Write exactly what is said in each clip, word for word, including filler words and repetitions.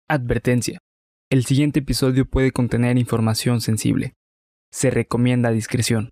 Advertencia. El siguiente episodio puede contener información sensible. Se recomienda discreción.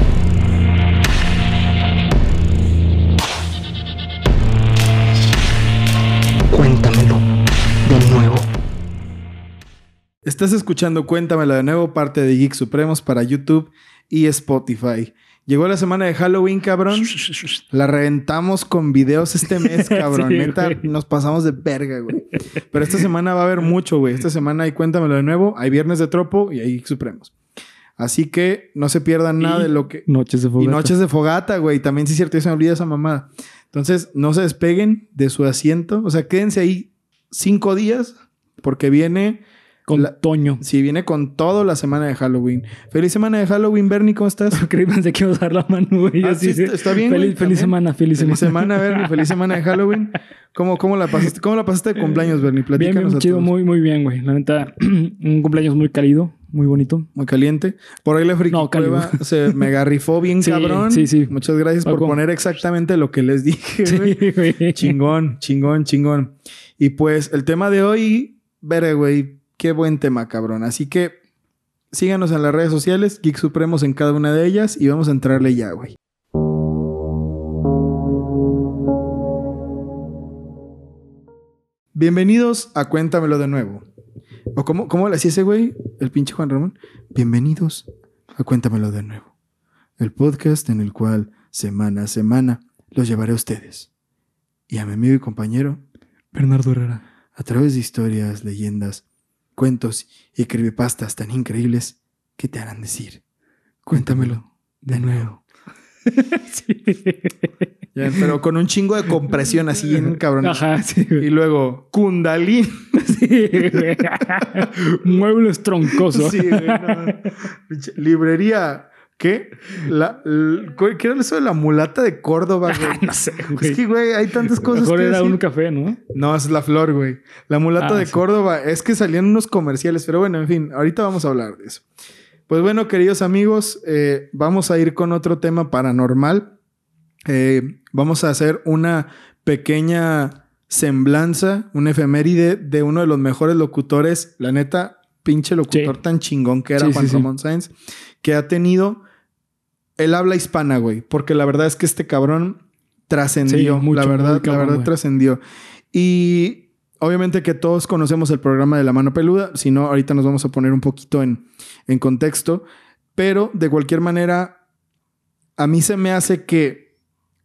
Cuéntamelo de nuevo. Estás escuchando Cuéntamelo de nuevo, parte de Geek Supremos para YouTube y Spotify. Llegó la semana de Halloween, cabrón. La reventamos con videos este mes, cabrón. Sí, neta, güey. Nos pasamos de verga, güey. Pero esta semana va a haber mucho, güey. Esta semana hay Cuéntamelo de nuevo, hay Viernes de Tropo y hay Geek Supremos. Así que no se pierdan nada y de lo que... Noches de fogata. Y Noches de fogata, güey. También sí es cierto, ya se me olvida esa mamada. Entonces, no se despeguen de su asiento. O sea, quédense ahí cinco días porque viene... Con la, Toño. Sí, viene con todo la semana de Halloween. Feliz semana de Halloween, Bernie. ¿Cómo estás? Creí pensé que iba a dar la mano, güey. Ah, sí, está, está bien, Feliz, güey, feliz semana, feliz, feliz semana. semana, Bernie. Feliz semana de Halloween. ¿Cómo, cómo la pasaste? ¿Cómo la pasaste de cumpleaños, Bernie? Platícanos. Bien, bien, a chido. todos. Muy, muy bien, güey. La neta, un cumpleaños muy cálido. Muy bonito. Muy caliente. Por ahí la friki no, cueva se mega rifó bien, sí, cabrón. Sí, sí. Muchas gracias por poner exactamente lo que les dije, sí, güey. güey. Chingón, chingón, chingón. Y pues el tema de hoy, veré, güey, qué buen tema, cabrón. Así que síganos en las redes sociales, Geek Supremos en cada una de ellas y vamos a entrarle ya, güey. Bienvenidos a Cuéntamelo de nuevo. ¿O cómo, cómo le hacía ese güey? El pinche Juan Ramón. Bienvenidos a Cuéntamelo de nuevo. El podcast en el cual, semana a semana, los llevaré a ustedes. Y a mi amigo y compañero, Bernardo Herrera. A través de historias, leyendas, cuentos y creepypastas tan increíbles que te harán decir, cuéntamelo de nuevo. Sí. Ya, pero con un chingo de compresión así en cabrón. Ajá, sí, güey. Y luego, Kundalini. Sí, güey. Muebles troncosos. Sí, güey. No. Librería. ¿Qué? La, la, ¿Qué era eso de la mulata de Córdoba, güey? No sé, güey. Es que, güey, hay tantas cosas Mejor que era decir. Un café, ¿no? No, es la flor, güey. La mulata ah, de sí. Córdoba. Es que salían unos comerciales. Pero bueno, en fin. Ahorita vamos a hablar de eso. Pues bueno, queridos amigos. Eh, vamos a ir con otro tema paranormal. Eh, vamos a hacer una pequeña semblanza, una efeméride de uno de los mejores locutores. La neta, pinche locutor sí. tan chingón que era sí, Juan sí, Ramón sí. Sáenz. Que ha tenido... El habla hispana, güey. Porque la verdad es que este cabrón trascendió. Sí, mucho, la verdad, cabrón, la verdad trascendió. Y obviamente que todos conocemos el programa de La Mano Peluda. Si no, ahorita nos vamos a poner un poquito en, en contexto. Pero de cualquier manera, a mí se me hace que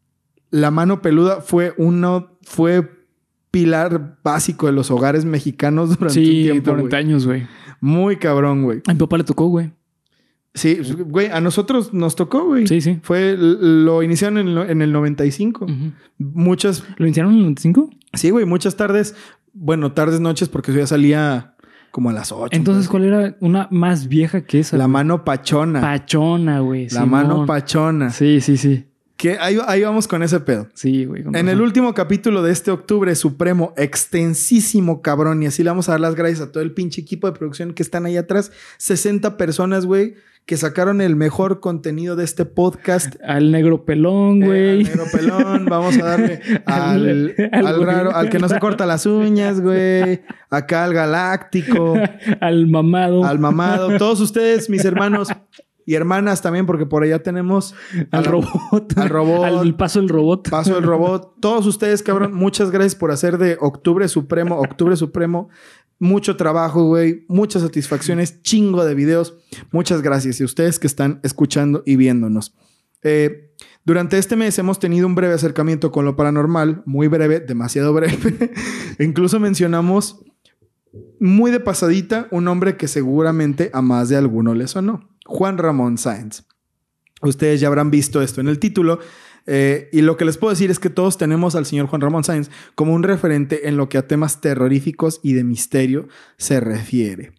La Mano Peluda fue uno... Fue pilar básico de los hogares mexicanos durante sí, un tiempo, cuarenta años, güey. Muy cabrón, güey. A mi papá le tocó, güey. Sí, güey, a nosotros nos tocó, güey. Sí, sí. Fue, lo iniciaron en, en el noventa y cinco. Uh-huh. Muchas... ¿Lo iniciaron en el noventa y cinco? Sí, güey, muchas tardes. Bueno, tardes, noches, porque yo ya salía como a las ocho. Entonces, ¿cuál era una más vieja que esa? La güey? Mano Pachona. Pachona, güey. La Simón. Mano Pachona. Sí, sí, sí. Que ahí, ahí vamos con ese pedo. Sí, güey. En razón. El último capítulo de este octubre supremo, extensísimo, cabrón. Y así le vamos a dar las gracias a todo el pinche equipo de producción que están ahí atrás. sesenta personas, güey, que sacaron el mejor contenido de este podcast. Al negro pelón, güey. Eh, al negro pelón. Vamos a darle al, al, al raro, al que no se corta las uñas, güey. Acá al galáctico. Al mamado. Al mamado. Todos ustedes, mis hermanos y hermanas también, porque por allá tenemos... Al la, robot. Al robot. Al paso del robot. Paso del robot. Todos ustedes, cabrón, muchas gracias por hacer de Octubre Supremo, Octubre Supremo. Mucho trabajo, güey. Muchas satisfacciones. Chingo de videos. Muchas gracias. Y ustedes que están escuchando y viéndonos. Eh, durante este mes hemos tenido un breve acercamiento con lo paranormal. Muy breve. Demasiado breve. Incluso mencionamos muy de pasadita un nombre que seguramente a más de alguno le sonó. Juan Ramón Sáenz. Ustedes ya habrán visto esto en el título. Eh, y lo que les puedo decir es que todos tenemos al señor Juan Ramón Sáenz como un referente en lo que a temas terroríficos y de misterio se refiere.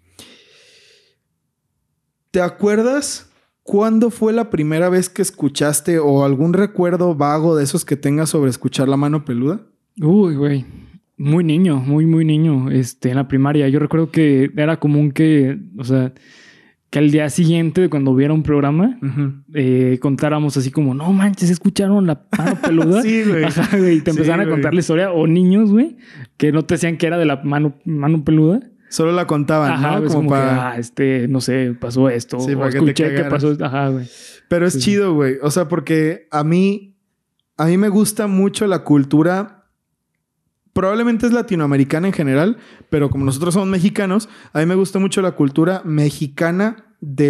¿Te acuerdas cuándo fue la primera vez que escuchaste o algún recuerdo vago de esos que tengas sobre escuchar La Mano Peluda? Uy, güey. Muy niño, muy, muy niño. Este, en la primaria. Yo recuerdo que era común que, o sea... que al día siguiente, cuando hubiera un programa, uh-huh. eh, contáramos así como, no manches, ¿escucharon la mano peluda? Sí, güey. Ajá, güey. Y te empezaron sí, a contar güey. la historia. O niños, güey, que no te decían que era de la mano, mano peluda. Solo la contaban, Ajá, ¿no? Como, como para... que, ah, este, no sé, pasó esto. Sí, o para que escuché te que pasó esto. Ajá, güey. Pero es sí. chido, güey. O sea, porque a mí... A mí me gusta mucho la cultura... Probablemente es latinoamericana en general, pero como nosotros somos mexicanos, a mí me gusta mucho la cultura mexicana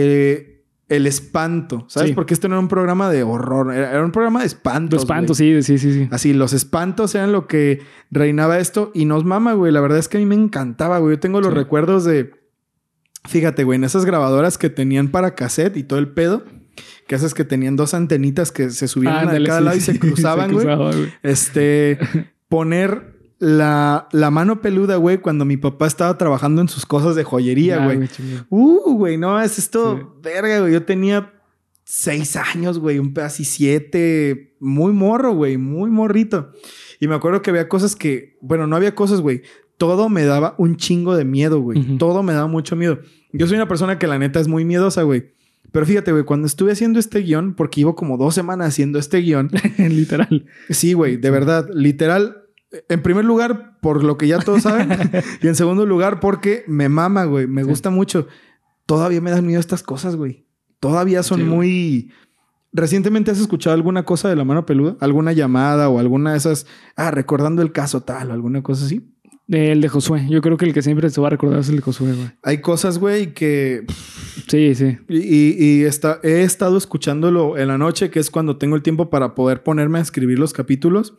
de el espanto, ¿sabes? Sí. Porque este no era un programa de horror, era, era un programa de espantos. De espantos, sí, sí, sí, sí. Así, los espantos eran lo que reinaba esto y nos mama, güey. La verdad es que a mí me encantaba, güey. Yo tengo los sí. recuerdos de... Fíjate, güey, en esas grabadoras que tenían para cassette y todo el pedo... Que esas que tenían dos antenitas que se subían ah, a dale, cada sí, lado y se cruzaban, se cruzaba, güey. güey. Este... poner... La, la mano peluda, güey, cuando mi papá estaba trabajando en sus cosas de joyería, güey. Ah, uh, güey, no, es esto, sí. verga, güey. Yo tenía seis años, güey, un pedazo y siete, muy morro, güey, muy morrito. Y me acuerdo que había cosas que, bueno, no había cosas, güey. Todo me daba un chingo de miedo, güey. Uh-huh. Todo me daba mucho miedo. Yo soy una persona que la neta es muy miedosa, güey. Pero fíjate, güey, cuando estuve haciendo este guión, porque llevo como dos semanas haciendo este guión. Literal. Sí, güey, de verdad, literal. En primer lugar, por lo que ya todos saben. Y en segundo lugar, porque me mama, güey. Me sí. gusta mucho. Todavía me dan miedo estas cosas, güey. Todavía son sí, muy... ¿Recientemente has escuchado alguna cosa de la mano peluda? ¿Alguna llamada o alguna de esas... Ah, recordando el caso tal o alguna cosa así? El de Josué. Yo creo que el que siempre se va a recordar es el de Josué, güey. Hay cosas, güey, que... Sí, sí. Y, y, y está, he estado escuchándolo en la noche, que es cuando tengo el tiempo para poder ponerme a escribir los capítulos.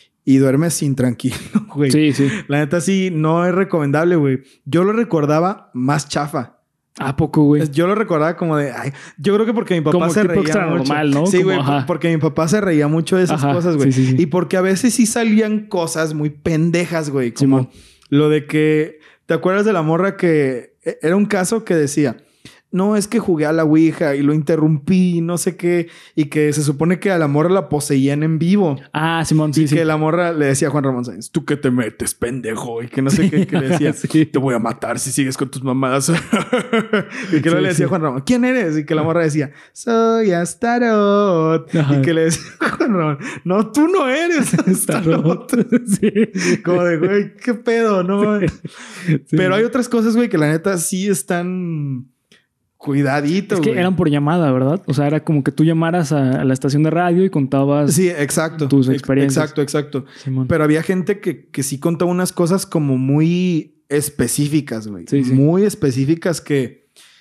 Y duermes sin tranquilo, güey. Sí, sí. La neta sí, no es recomendable, güey. Yo lo recordaba más chafa. ¿A poco, güey? Yo lo recordaba como de... Ay, yo creo que porque mi papá como se tipo reía extra mucho. normal, ¿no? Sí, como, güey. ajá. Porque mi papá se reía mucho de esas ajá, cosas, güey. Sí, sí, sí. Y porque a veces sí salían cosas muy pendejas, güey. Como sí, lo de que... ¿Te acuerdas de la morra que... Era un caso que decía... No, es que jugué a la Ouija y lo interrumpí, no sé qué. Y que se supone que a la morra la poseían en vivo. Ah, Simón, sí, Y sí. que la morra le decía a Juan Ramón Sáenz, ¿tú qué te metes, pendejo? Y que no sé sí. qué, que le decía, sí. te voy a matar si sigues con tus mamadas. Y que luego sí, le decía a sí. Juan Ramón, ¿quién eres? Y que la morra decía, soy Astaroth. Ajá. Y que le decía a Juan Ramón, no, tú no eres Astaroth. sí, sí. Como de, güey, ¿qué pedo? No. Sí. Pero hay otras cosas, güey, que la neta sí están... Cuidadito, Es que güey. eran por llamada, ¿verdad? O sea, era como que tú llamaras a, a la estación de radio y contabas... Sí, exacto. Tus experiencias. Exacto, exacto. Simón. Pero había gente que, que sí contaba unas cosas como muy específicas, güey. Sí, sí. Muy específicas que...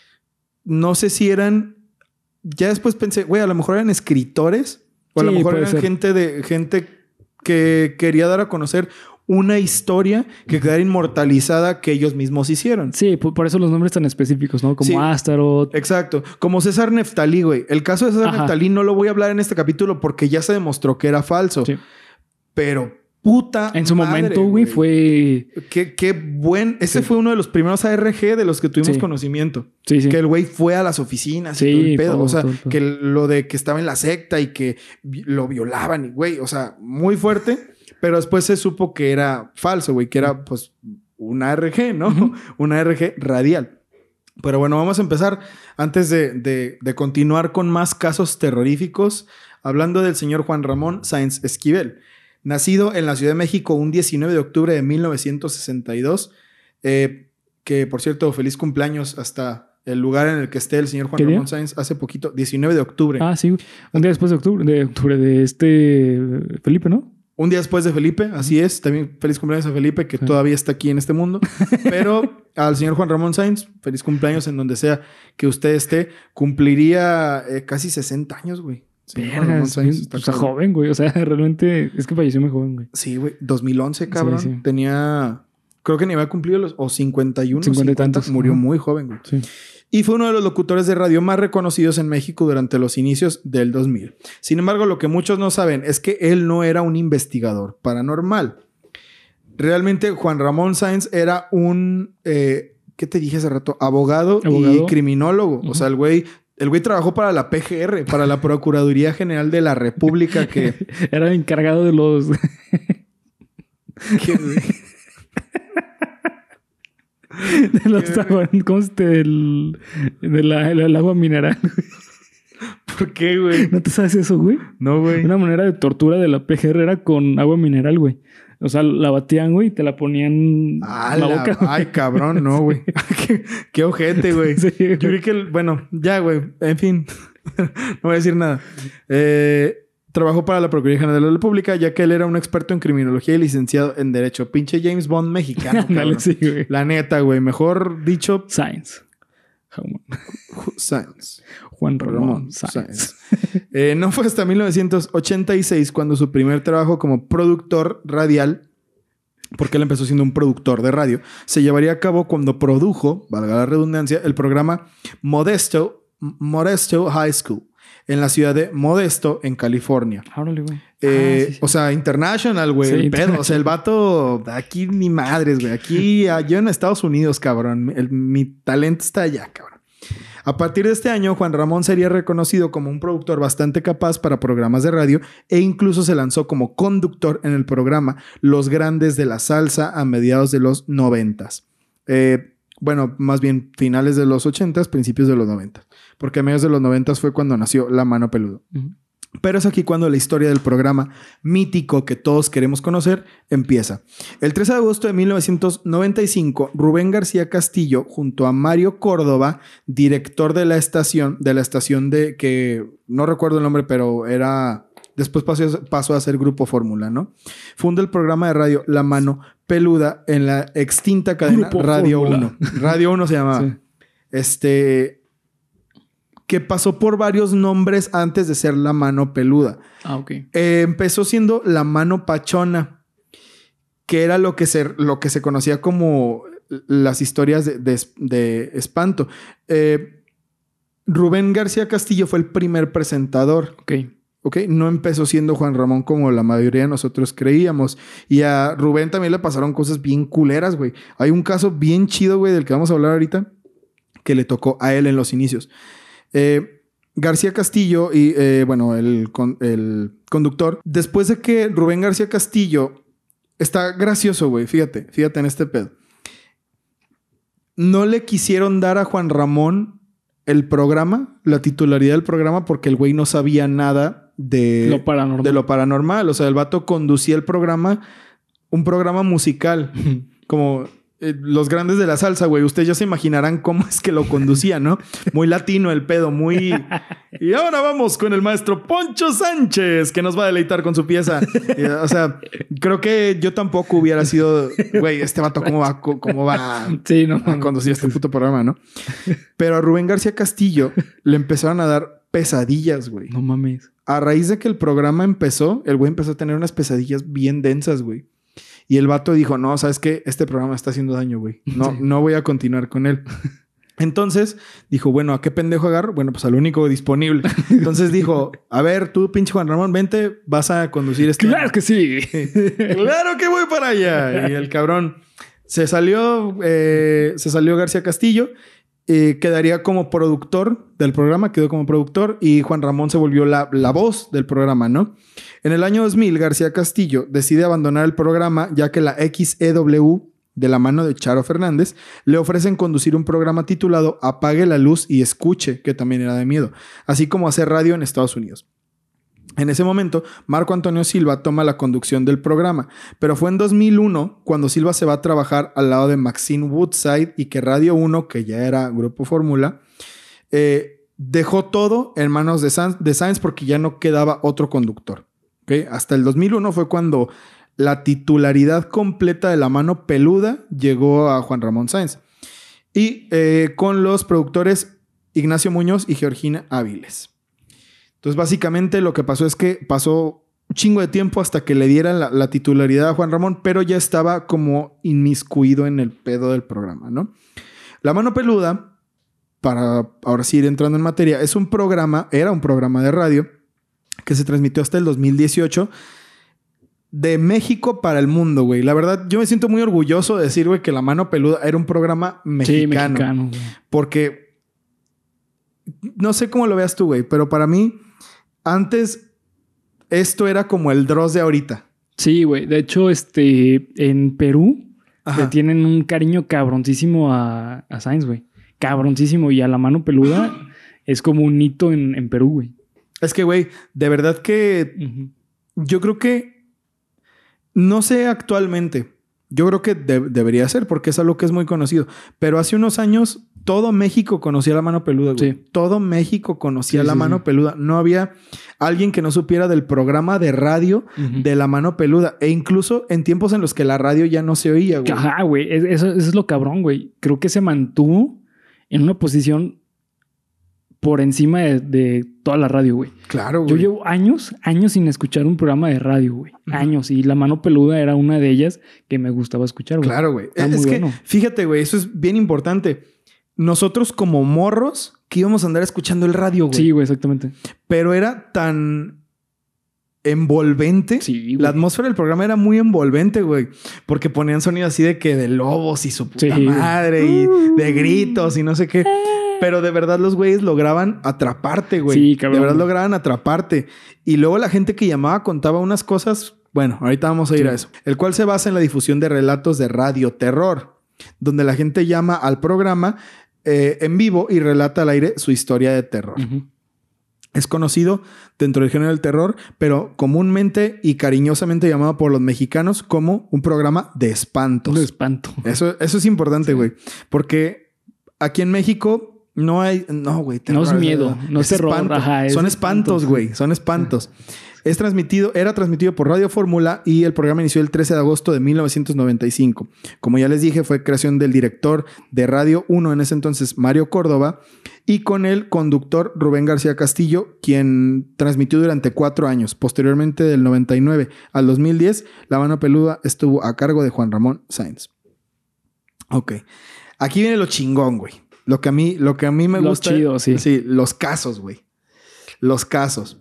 No sé si eran... Ya después pensé, güey, a lo mejor eran escritores. O a sí, lo mejor eran ser. gente de... Gente que quería dar a conocer... una historia que quedara inmortalizada que ellos mismos hicieron. Sí, por, por eso los nombres tan específicos, ¿no? Como sí, Astaroth. Exacto. Como César Neftalí, güey. El caso de César Ajá. Neftalí no lo voy a hablar en este capítulo porque ya se demostró que era falso. Sí. Pero puta En su madre, momento, güey, fue... Qué, qué buen... Ese sí. fue uno de los primeros A R G de los que tuvimos sí. conocimiento. Sí, sí. Que el güey fue a las oficinas sí, y todo el pedo. todo, o sea, todo, todo. que lo de que estaba en la secta y que lo violaban y, güey, o sea, muy fuerte. Pero después se supo que era falso, güey. Que era, pues, una A R G, ¿no? Uh-huh. Una A R G radial. Pero bueno, vamos a empezar. Antes de, de, de continuar con más casos terroríficos. Hablando del señor Juan Ramón Sáenz Esquivel. Nacido en la Ciudad de México un diecinueve de octubre de mil novecientos sesenta y dos. Eh, que, por cierto, feliz cumpleaños hasta... el lugar en el que esté el señor Juan Ramón Sáenz hace poquito. diecinueve de octubre. Ah, sí. Un día después de octubre. De octubre de este... Felipe, ¿no? Un día después de Felipe, así es. También feliz cumpleaños a Felipe, que sí. todavía está aquí en este mundo. Pero al señor Juan Ramón Sáenz, feliz cumpleaños en donde sea que usted esté. Cumpliría eh, casi sesenta años, güey. Verga, o sea, joven, güey. O sea, realmente es que falleció muy joven, güey. Sí, güey. dos mil once, cabrón. Sí, sí. Tenía... Creo que ni había cumplido los... O cincuenta y uno, cincuenta y tantos. Murió uh-huh. muy joven, güey. Sí. Y fue uno de los locutores de radio más reconocidos en México durante los inicios del dos mil. Sin embargo, lo que muchos no saben es que él no era un investigador paranormal. Realmente, Juan Ramón Sáenz era un... Eh, ¿qué te dije hace rato? Abogado, ¿Abogado? y criminólogo. Uh-huh. O sea, el güey... El güey trabajó para la P G R, para la Procuraduría General de la República, que... Era el encargado de los... ¿Qué, güey? De los agua, ¿cómo se te del, de la, el, el agua mineral? ¿Por qué, güey? ¿No te sabes eso, güey? No, güey. Una manera de tortura de la P G R era con agua mineral, güey. O sea, la batían, güey, y te la ponían Ah, en la la... boca. Ay, cabrón, no, güey. qué, qué ojete, güey. Sí, güey. Yo vi que... El... Bueno, ya, güey. En fin. No voy a decir nada. Eh... Trabajó para la Procuraduría General de la República, ya que él era un experto en criminología y licenciado en Derecho. Pinche James Bond mexicano, Dale, sí, güey. La neta, güey. Mejor dicho... Science. Science. Juan Ramón. Ramón Science. Science. eh, no fue hasta mil novecientos ochenta y seis cuando su primer trabajo como productor radial, porque él empezó siendo un productor de radio, se llevaría a cabo cuando produjo, valga la redundancia, el programa Modesto, Modesto High School, en la ciudad de Modesto, en California. Órale, güey. Eh, Ah, sí, sí. O sea, international, güey. Sí, el pedo. international. O sea, el vato... Aquí ni madres, güey. Aquí... ah, yo en Estados Unidos, cabrón. El- mi talento está allá, cabrón. A partir de este año, Juan Ramón sería reconocido como un productor bastante capaz para programas de radio e incluso se lanzó como conductor en el programa Los Grandes de la Salsa a mediados de los noventas. Eh, bueno, más bien finales de los ochentas, principios de los noventas. Porque a mediados de los noventas fue cuando nació La Mano Peluda. Ujú. Pero es aquí cuando la historia del programa mítico que todos queremos conocer empieza. El trece de agosto de mil novecientos noventa y cinco, Rubén García Castillo, junto a Mario Córdoba, director de la estación, de la estación de que no recuerdo el nombre, pero era... Después pasó, pasó a ser Grupo Fórmula, ¿no? Funda el programa de radio La Mano Peluda en la extinta cadena Grupo Radio Fórmula. uno. Radio uno se llamaba. Sí. Este... que pasó por varios nombres antes de ser La Mano Peluda. Ah, ok. Eh, empezó siendo La Mano Pachona, que era lo que se, lo que se conocía como las historias de, de, de espanto. Eh, Rubén García Castillo fue el primer presentador. Ok. ¿Ok? No empezó siendo Juan Ramón como la mayoría de nosotros creíamos. Y a Rubén también le pasaron cosas bien culeras, güey. Hay un caso bien chido, güey, del que vamos a hablar ahorita, que le tocó a él en los inicios. Eh, García Castillo y, eh, bueno, el, con, el conductor, después de que Rubén García Castillo, está gracioso, güey, fíjate, fíjate en este pedo. No le quisieron dar a Juan Ramón el programa, la titularidad del programa, porque el güey no sabía nada de Lo paranormal. de lo paranormal. O sea, el vato conducía el programa, un programa musical, como... Eh, los Grandes de la Salsa, güey. Ustedes ya se imaginarán cómo es que lo conducía, ¿no? Muy latino el pedo, muy... Y ahora vamos con el maestro Poncho Sánchez, que nos va a deleitar con su pieza. Y, o sea, creo que yo tampoco hubiera sido... Güey, este vato, ¿cómo va, cómo va Sí, no. a conducir este puto programa, no? Pero a Rubén García Castillo le empezaron a dar pesadillas, güey. No mames. A raíz de que el programa empezó, el güey empezó a tener unas pesadillas bien densas, güey. Y el vato dijo, no, ¿sabes qué? Este programa está haciendo daño, güey. No, Sí. no voy a continuar con él. Entonces, dijo, bueno, ¿a qué pendejo agarro? Bueno, pues al único disponible. Entonces dijo, a ver, tú, pinche Juan Ramón, vente, vas a conducir este... Claro que sí. ¡Claro que voy para allá! Y el cabrón se salió, eh, se salió García Castillo, eh, quedaría como productor del programa, quedó como productor y Juan Ramón se volvió la, la voz del programa, ¿no? En el año dos mil, García Castillo decide abandonar el programa ya que la X E W, de la mano de Charo Fernández, le ofrecen conducir un programa titulado Apague la luz y escuche, que también era de miedo, así como hacer radio en Estados Unidos. En ese momento, Marco Antonio Silva toma la conducción del programa, pero fue en dos mil uno cuando Silva se va a trabajar al lado de Maxine Woodside y que Radio uno, que ya era Grupo Fórmula, eh, dejó todo en manos de Sainz, de Sainz porque ya no quedaba otro conductor. ¿Okay? Hasta el dos mil uno fue cuando la titularidad completa de La Mano Peluda llegó a Juan Ramón Sáenz. Y eh, con los productores Ignacio Muñoz y Georgina Áviles. Entonces, básicamente lo que pasó es que pasó un chingo de tiempo hasta que le dieran la, la titularidad a Juan Ramón, pero ya estaba como inmiscuido en el pedo del programa, ¿no? La Mano Peluda, para ahora sí ir entrando en materia, es un programa, era un programa de radio que se transmitió hasta el dos mil dieciocho de México para el mundo, güey. La verdad, yo me siento muy orgulloso de decir, güey, que La Mano Peluda era un programa mexicano. Sí, mexicano, güey. Porque no sé cómo lo veas tú, güey, pero para mí antes esto era como el Dross de ahorita. Sí, güey. De hecho, este, en Perú Ajá. Le tienen un cariño cabroncísimo a, a Sainz, güey. Cabroncísimo. Y a la mano peluda es como un hito en, en Perú, güey. Es que, güey, de verdad que Uh-huh. yo creo que no sé actualmente. Yo creo que de- debería ser porque es algo que es muy conocido. Pero hace unos años todo México conocía la mano peluda, güey. Sí. Todo México conocía Sí, la sí, mano sí. peluda. No había alguien que no supiera del programa de radio Uh-huh. de la mano peluda. E incluso en tiempos en los que la radio ya no se oía, güey. Ajá, güey. Es- Eso, eso es lo cabrón, güey. Creo que se mantuvo en una posición por encima de, de toda la radio, güey. Claro, güey. Yo llevo años, años sin escuchar un programa de radio, güey. Ujú. Años. Y La Mano Peluda era una de ellas que me gustaba escuchar, güey. Claro, güey. Está Es muy que, bueno. fíjate, güey, eso es bien importante. Nosotros como morros que íbamos a andar escuchando el radio, güey. Sí, güey, exactamente. Pero era tan envolvente. Sí, güey. La atmósfera del programa era muy envolvente, güey. Porque ponían sonido así de que de lobos y su puta Sí, güey. madre y de gritos y no sé qué. Pero de verdad los güeyes lograban atraparte, güey. Sí, cabrón, De verdad güey. lograban atraparte. Y luego la gente que llamaba contaba unas cosas. Bueno, ahorita vamos a ir Sí. a eso. El cual se basa en la difusión de relatos de radio terror, donde la gente llama al programa eh, en vivo y relata al aire su historia de terror. Ujú. Es conocido dentro del género del terror, pero comúnmente y cariñosamente llamado por los mexicanos como un programa de espantos. Un espanto. Eso, eso es importante, güey. Porque aquí en México no hay... No, güey. No es miedo, no es terror, espanto. ajá, es Son espantos, espanto. güey. Son espantos. Es transmitido, era transmitido por Radio Fórmula y el programa inició el trece de agosto de mil novecientos noventa y cinco. Como ya les dije, fue creación del director de Radio uno en ese entonces, Mario Córdoba, y con el conductor Rubén García Castillo, quien transmitió durante cuatro años. Posteriormente, del noventa y nueve al dos mil diez, La Mano Peluda estuvo a cargo de Juan Ramón Sáenz. Ok. Aquí viene lo chingón, güey. Lo que a mí, lo que a mí me Lo gusta. chido, sí. Sí, los casos, güey. Los casos.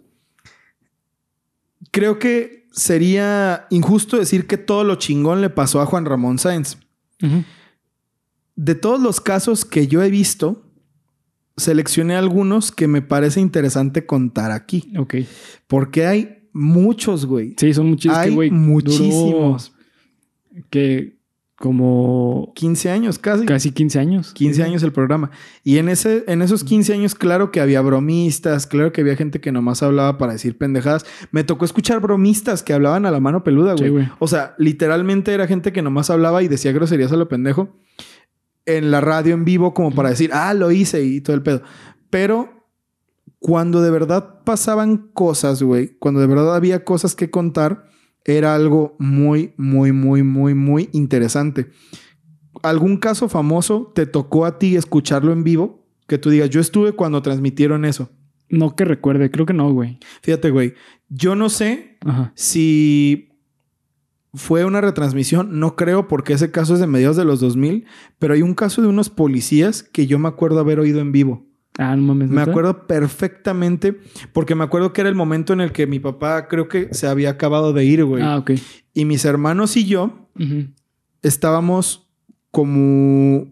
Creo que sería injusto decir que todo lo chingón le pasó a Juan Ramón Sáenz. Ujú. De todos los casos que yo he visto, seleccioné algunos que me parece interesante contar aquí. Ok. Porque hay muchos, güey. Sí, son muchísimos. Hay que, güey, muchísimos. duró Que como quince años casi. casi quince años. quince años el programa. Y en, ese, en esos quince años, claro que había bromistas, claro que había gente que nomás hablaba para decir pendejadas. Me tocó escuchar bromistas que hablaban a la mano peluda, güey. Sí, güey. O sea, literalmente era gente que nomás hablaba y decía groserías a lo pendejo en la radio en vivo como para decir, ah, lo hice y todo el pedo. Pero cuando de verdad pasaban cosas, güey, cuando de verdad había cosas que contar, era algo muy, muy, muy, muy, muy interesante. ¿Algún caso famoso te tocó a ti escucharlo en vivo? Que tú digas, yo estuve cuando transmitieron eso. No que recuerde, creo que no, güey. Fíjate, güey, yo no sé Ajá. si fue una retransmisión, no creo porque ese caso es de mediados de los dos mil, pero hay un caso de unos policías que yo me acuerdo haber oído en vivo. Ah, no mames. Me ¿neta? acuerdo perfectamente porque me acuerdo que era el momento en el que mi papá creo que se había acabado de ir, güey. Ah, ok. Y mis hermanos y yo Ujú. estábamos como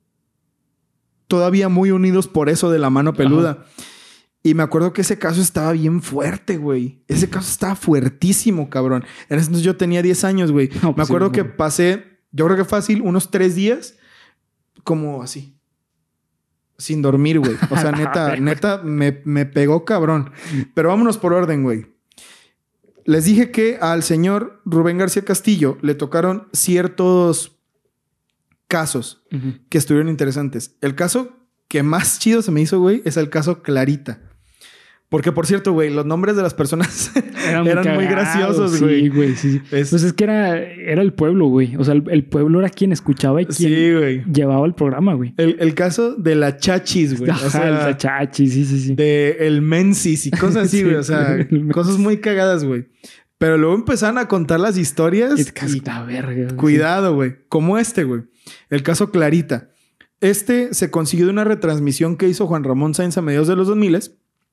todavía muy unidos por eso de la mano peluda. Ajá. Y me acuerdo que ese caso estaba bien fuerte, güey. Ese caso estaba fuertísimo, cabrón. En ese entonces yo tenía diez años, güey. No, me pues acuerdo sí, que güey. pasé, yo creo que fácil, unos tres días como así. Sin dormir, güey. O sea, neta, neta, me, me pegó cabrón. Pero vámonos por orden, güey. Les dije que al señor Rubén García Castillo le tocaron ciertos casos Ujú. que estuvieron interesantes. El caso que más chido se me hizo, güey, es el caso Clarita. Porque, por cierto, güey, los nombres de las personas eran muy, cagados, graciosos, güey. Sí, güey, sí. sí. Es- Pues es que era, era el pueblo, güey. O sea, el, el pueblo era quien escuchaba y quien Sí, güey. llevaba el programa, güey. El, el caso de la Chachis, güey. Ajá, O sea, el tachachi, sí, sí, sí. de el Mensis y cosas así, Sí, güey. O sea, el Mensis. cosas muy cagadas, güey. Pero luego empezaron a contar las historias. Y y casita verga. güey. cuidado, güey. Como este, güey. El caso Clarita. Este se consiguió de una retransmisión que hizo Juan Ramón Sáenz a mediados de los dos mil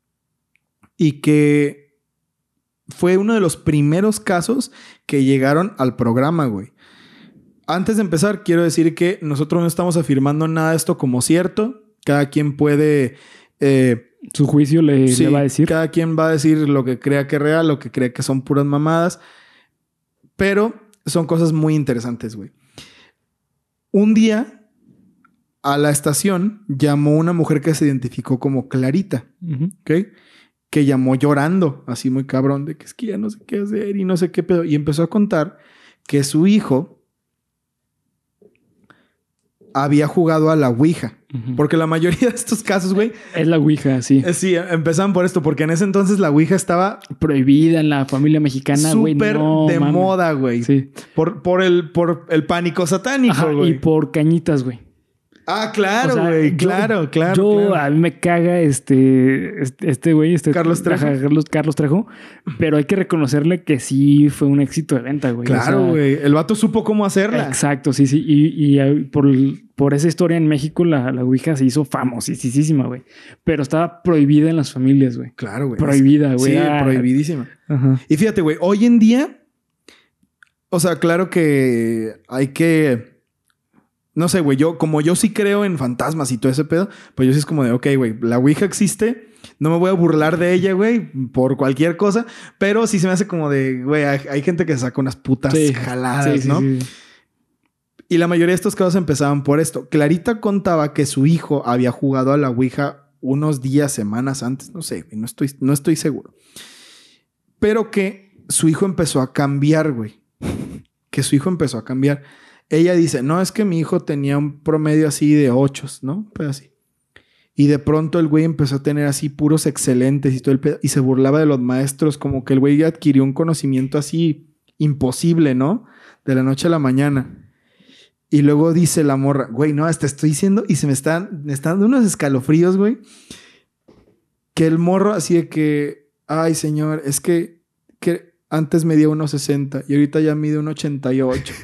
y que fue uno de los primeros casos que llegaron al programa, güey. Antes de empezar, quiero decir que nosotros no estamos afirmando nada de esto como cierto. Cada quien puede... eh, Su juicio le, Sí, le va a decir. cada quien va a decir lo que crea que es real, lo que crea que son puras mamadas. Pero son cosas muy interesantes, güey. Un día, a la estación, llamó una mujer que se identificó como Clarita. Uh-huh. ¿Ok? Que llamó llorando, así muy cabrón, de que es que ya no sé qué hacer y no sé qué pedo. Y empezó a contar que su hijo había jugado a la Ouija. Uh-huh. Porque la mayoría de estos casos, güey... Es la Ouija, sí. Eh, sí, empezaban por esto. Porque en ese entonces la Ouija estaba... prohibida en la familia mexicana, güey. Súper no, de mami. moda, güey. Sí. Por, por, el, por el pánico satánico, güey. Y por cañitas, güey. Ah, claro, O sea, güey. yo- Claro, claro. Yo, claro. a mí me caga este, este, este güey, este Carlos Trejo. ajá, Carlos, Carlos Trejo, pero hay que reconocerle que sí fue un éxito de venta, güey. Claro, O sea, güey. El vato supo cómo hacerla. exacto, sí, sí. Y, y eh, por, por esa historia en México, la, la Ouija se hizo famosísima, güey. Pero estaba prohibida en las familias, güey. Claro, güey. Prohibida, güey. Sí, Ah, prohibidísima. Ajá. Y fíjate, güey, hoy en día, o sea, claro que hay que, no sé, güey, yo, como yo sí creo en fantasmas y todo ese pedo, pues yo sí es como de, ok, güey, la Ouija existe, no me voy a burlar de ella, güey, por cualquier cosa, pero sí se me hace como de, güey, hay, hay gente que saca unas putas Sí. jaladas, Sí, sí, ¿no? sí. Y la mayoría de estos casos empezaban por esto. Clarita contaba que su hijo había jugado a la Ouija unos días, semanas antes, no sé, güey, no estoy, no estoy seguro. Pero que su hijo empezó a cambiar, güey. Que su hijo empezó a cambiar. Ella dice, no, es que mi hijo tenía un promedio así de ochos, ¿no? Pues así. Y de pronto el güey empezó a tener así puros excelentes y todo el pedo. Y se burlaba de los maestros, como que el güey adquirió un conocimiento así imposible, ¿no? De la noche a la mañana. Y luego dice la morra, güey, no, hasta estoy diciendo, y se me están, me están dando unos escalofríos, güey. Que el morro así de que, ay, señor, es que, que antes medía uno sesenta y ahorita ya mide uno ochenta y ocho.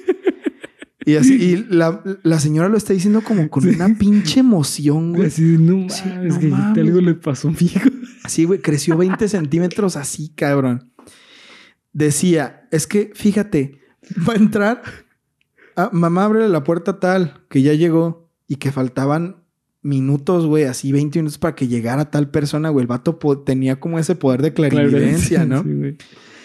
Y así, y la, la señora lo está diciendo como con Sí. una pinche emoción, güey. Así, no mames, Sí, es no que mames. algo le pasó a mi hijo. Así, güey, creció veinte centímetros así, cabrón. Decía, es que, fíjate, va a entrar, ah, mamá, ábrele la puerta tal, que ya llegó, y que faltaban minutos, güey, así veinte minutos para que llegara tal persona, güey. El vato po- tenía como ese poder de clarividencia, ¿no? Sí, güey.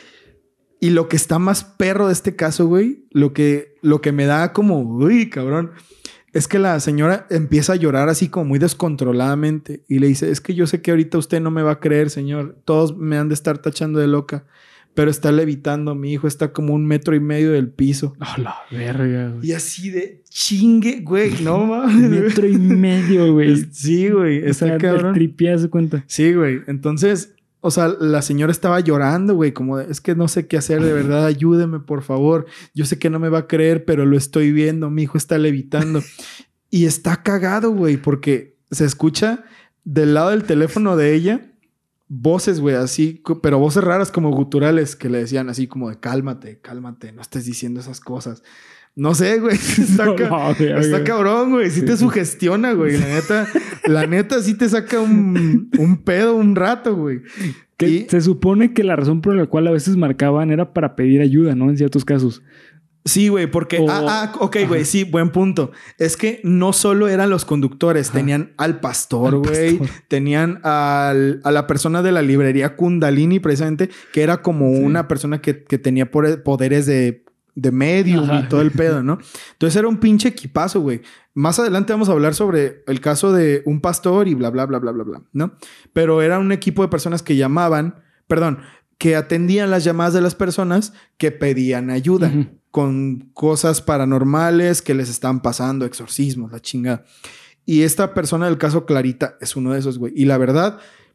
Y lo que está más perro de este caso, güey, lo que, lo que me da como, uy, cabrón, es que la señora empieza a llorar así como muy descontroladamente y le dice, es que yo sé que ahorita usted no me va a creer, señor. Todos me han de estar tachando de loca, pero está levitando. Mi hijo está como un metro y medio del piso. A la verga, güey. Y así de chingue, güey, no mames. Metro y medio, güey. Es- Sí, güey, O está sea, cabrón. tripié, se cuenta. Sí, güey. Entonces, o sea, la señora estaba llorando, güey, como de, es que no sé qué hacer, de verdad, ayúdeme, por favor. Yo sé que no me va a creer, pero lo estoy viendo, mi hijo está levitando. Y está cagado, güey, porque se escucha del lado del teléfono de ella voces, güey, así, co- pero voces raras como guturales que le decían así como de cálmate, cálmate, no estés diciendo esas cosas. No sé, güey. Está, No, ca- no, güey, está güey. cabrón, güey. Sí, Sí, te sí. sugestiona, güey. La neta, la neta sí te saca un, un pedo un rato, güey. Que Y- se supone que la razón por la cual a veces marcaban era para pedir ayuda, ¿no? En ciertos casos. Sí, güey, porque... O- Ah, ah, ok, güey, sí, buen punto. Es que no solo eran los conductores, Ajá. tenían al pastor, Al güey. pastor. Tenían al- a la persona de la librería Kundalini, precisamente, que era como Sí. una persona que, que tenía por- poderes de, de medium Ajá. y todo el pedo, ¿no? Entonces era un pinche equipazo, güey. Más adelante vamos a hablar sobre el caso de un pastor y bla, bla, bla, bla, bla, bla, ¿no? Pero era un equipo de personas que llamaban, perdón, que atendían las llamadas de las personas que pedían ayuda. Ujú. Con cosas paranormales que les están pasando, exorcismos, la chingada. Y esta persona del caso Clarita es uno de esos, güey. Y la verdad,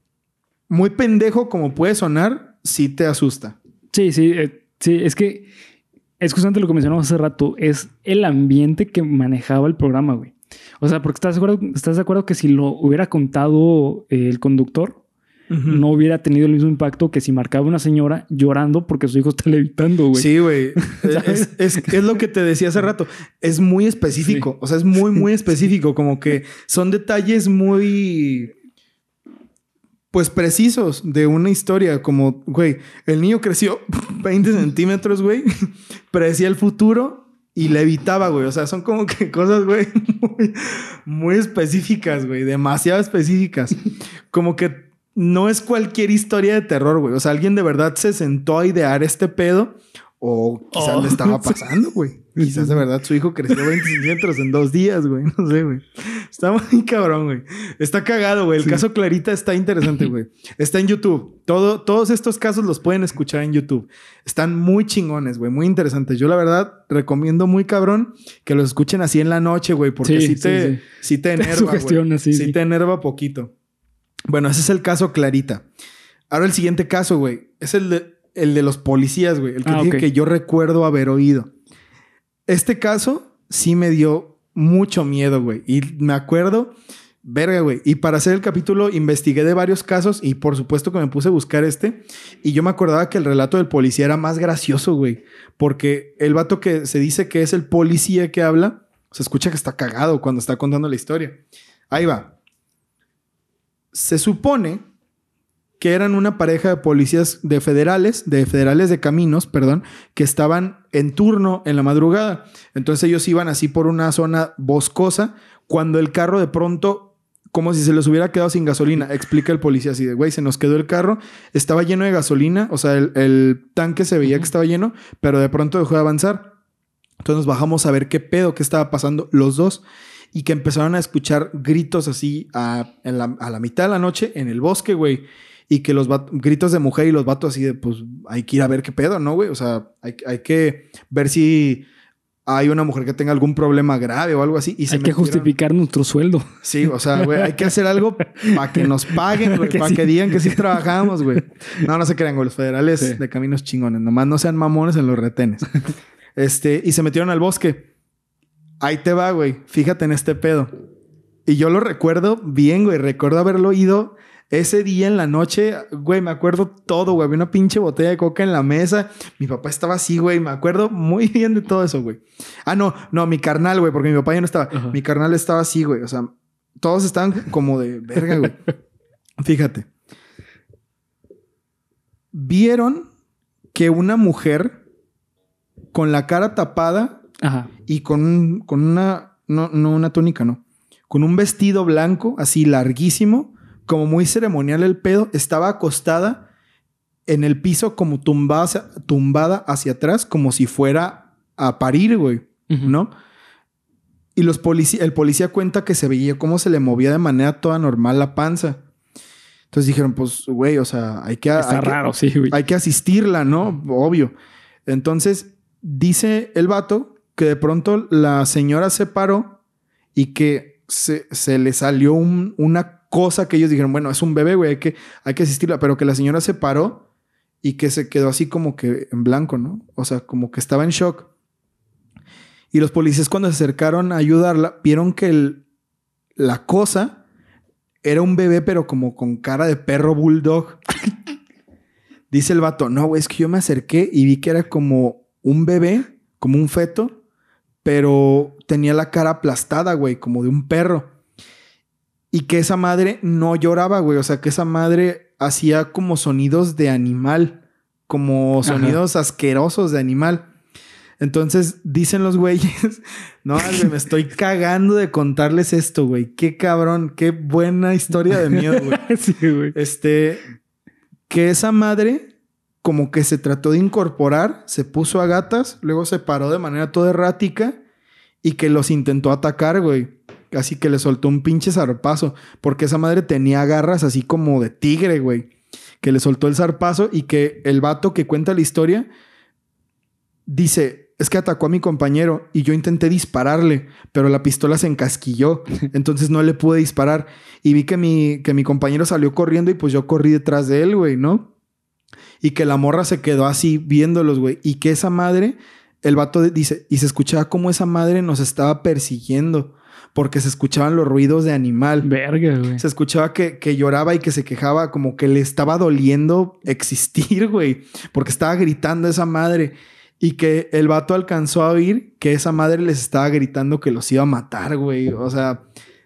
muy pendejo como puede sonar, sí te asusta. Sí, sí, eh, sí, es que es justamente lo que mencionamos hace rato, es el ambiente que manejaba el programa, güey. O sea, porque estás de acuerdo, estás de acuerdo que si lo hubiera contado eh, el conductor, no hubiera tenido el mismo impacto que si marcaba una señora llorando porque su hijo está levitando, güey. Sí, güey. es, es, es lo que te decía hace rato. Es muy específico. Sí. O sea, es muy, muy específico. Como que son detalles muy... Pues precisos de una historia. Como, güey, el niño creció veinte centímetros, güey. Predecía el futuro y levitaba, güey. O sea, son como que cosas, güey, muy, muy específicas, güey. Demasiado específicas. Como que no es cualquier historia de terror, güey. O sea, alguien de verdad se sentó a idear este pedo o quizás Oh, le estaba sí. pasando, güey. Quizás de verdad su hijo creció veinte centímetros en dos días, güey. No sé, güey. Está muy cabrón, güey. Está cagado, güey. El sí. caso Clarita está interesante, güey. Está en YouTube. Todo, todos estos casos los pueden escuchar en YouTube. Están muy chingones, güey. Muy interesantes. Yo, la verdad, recomiendo muy cabrón que los escuchen así en la noche, güey. Porque sí, sí te, sí, sí. Sí te enerva, güey. Así, sí, sí te enerva poquito. Bueno, ese es el caso Clarita. Ahora el siguiente caso, güey. Es el de, el de los policías, güey. El que ah, dije okay. que yo recuerdo haber oído. Este caso sí me dio mucho miedo, güey. Y me acuerdo, verga, güey. Y para hacer el capítulo investigué de varios casos y por supuesto que me puse a buscar este. Y yo me acordaba que el relato del policía era más gracioso, güey. Porque el vato que se dice que es el policía que habla, se escucha que está cagado cuando está contando la historia. Ahí va. Se supone que eran una pareja de policías de federales, de federales de caminos, perdón, que estaban en turno en la madrugada. Entonces ellos iban así por una zona boscosa cuando el carro de pronto, como si se les hubiera quedado sin gasolina. Explica el policía así de, güey, se nos quedó el carro, estaba lleno de gasolina, o sea, el, el tanque se veía uh-huh. que estaba lleno, pero de pronto dejó de avanzar. Entonces nos bajamos a ver qué pedo, qué estaba pasando los dos. Y que empezaron a escuchar gritos así a, en la, a la mitad de la noche en el bosque, güey. Y que los vatos, gritos de mujer y los vatos así de, pues, hay que ir a ver qué pedo, ¿no, güey? O sea, hay, hay que ver si hay una mujer que tenga algún problema grave o algo así. Y se hay que metieron... justificar nuestro sueldo. Sí, o sea, güey, hay que hacer algo para que nos paguen, güey. Para sí. que digan que sí trabajamos, güey. No, no se crean, güey. Los federales sí. de caminos chingones. Nomás no sean mamones en los retenes. Este, y se metieron al bosque. Ahí te va, güey. Fíjate en este pedo. Y yo lo recuerdo bien, güey. Recuerdo haberlo oído... Ese día en la noche, güey, me acuerdo todo, güey. Había una pinche botella de coca en la mesa. Mi papá estaba así, güey. Me acuerdo muy bien de todo eso, güey. Ah, no, no, mi carnal, güey, porque mi papá ya no estaba. Uh-huh. Mi carnal estaba así, güey. O sea, todos estaban como de verga, güey. Fíjate. Vieron que una mujer con la cara tapada uh-huh. y con, un, con una, no, no una túnica, no. Con un vestido blanco, así larguísimo. Como muy ceremonial el pedo, estaba acostada en el piso como tumbada hacia, tumbada hacia atrás, como si fuera a parir, güey, uh-huh. ¿no? Y los polici- el policía cuenta que se veía cómo se le movía de manera toda normal la panza. Entonces dijeron, pues, güey, o sea, hay que... Está hay raro, que, sí, güey. Hay que asistirla, ¿no? Obvio. Entonces, dice el vato que de pronto la señora se paró y que se, se le salió un, una cosa que ellos dijeron, bueno, es un bebé, güey, hay que, hay que asistirla. Pero que la señora se paró y que se quedó así como que en blanco, ¿no? O sea, como que estaba en shock. Y los policías cuando se acercaron a ayudarla, vieron que el, la cosa era un bebé, pero como con cara de perro bulldog. Dice el vato, no, güey, es que yo me acerqué y vi que era como un bebé, como un feto, pero tenía la cara aplastada, güey, como de un perro. Y que esa madre no lloraba, güey. O sea, que esa madre hacía como sonidos de animal. Como sonidos Ajá. asquerosos de animal. Entonces, dicen los güeyes... No, güey, me estoy cagando de contarles esto, güey. Qué cabrón. Qué buena historia de miedo, güey. Sí, güey. Este... Que esa madre como que se trató de incorporar. Se puso a gatas. Luego se paró de manera toda errática. Y que los intentó atacar, güey. Así que le soltó un pinche zarpazo. Porque esa madre tenía garras así como de tigre, güey. Que le soltó el zarpazo y que el vato que cuenta la historia dice, es que atacó a mi compañero y yo intenté dispararle, pero la pistola se encasquilló. Entonces no le pude disparar. Y vi que mi, que mi compañero salió corriendo y pues yo corrí detrás de él, güey, ¿no? Y que la morra se quedó así viéndolos, güey. Y que esa madre, el vato dice, y se escuchaba como esa madre nos estaba persiguiendo. Porque se escuchaban los ruidos de animal. Verga, güey. Se escuchaba que, que lloraba y que se quejaba, como que le estaba doliendo existir, güey. Porque estaba gritando esa madre. Y que el vato alcanzó a oír que esa madre les estaba gritando que los iba a matar, güey. O sea...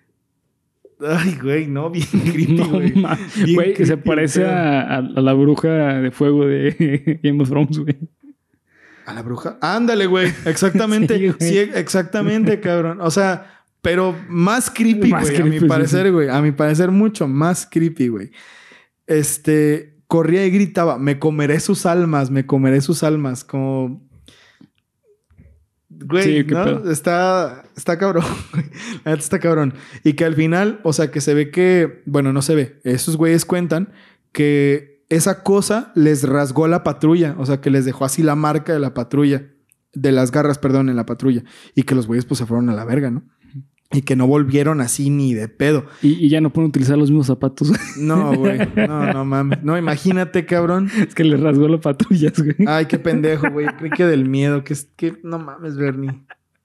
Ay, güey, no. Bien creepy, no, güey. Güey, que se parece a, a la bruja de fuego de Game of Thrones, güey. ¿A la bruja? Ándale, güey. Exactamente. sí, güey. Sí, exactamente, cabrón. O sea... Pero más creepy, güey, a mi parecer, güey. A mi parecer, mucho más creepy, güey. Este... Corría y gritaba, me comeré sus almas, me comeré sus almas. Como... Güey, Sí, qué ¿no? pedo. Está, está cabrón. güey. La neta está cabrón. Y que al final, o sea, que se ve que... Bueno, no se ve. Esos güeyes cuentan que esa cosa les rasgó la patrulla. O sea, que les dejó así la marca de la patrulla. De las garras, perdón, en la patrulla. Y que los güeyes pues se fueron a la verga, ¿no? Y que no volvieron así ni de pedo. Y, y ya no pueden utilizar los mismos zapatos. No, güey. No, no mames. No, imagínate, cabrón. Es que le rasgó las patrullas, güey. Ay, qué pendejo, güey. Yo creí que del miedo. Que es que... No mames, Bernie.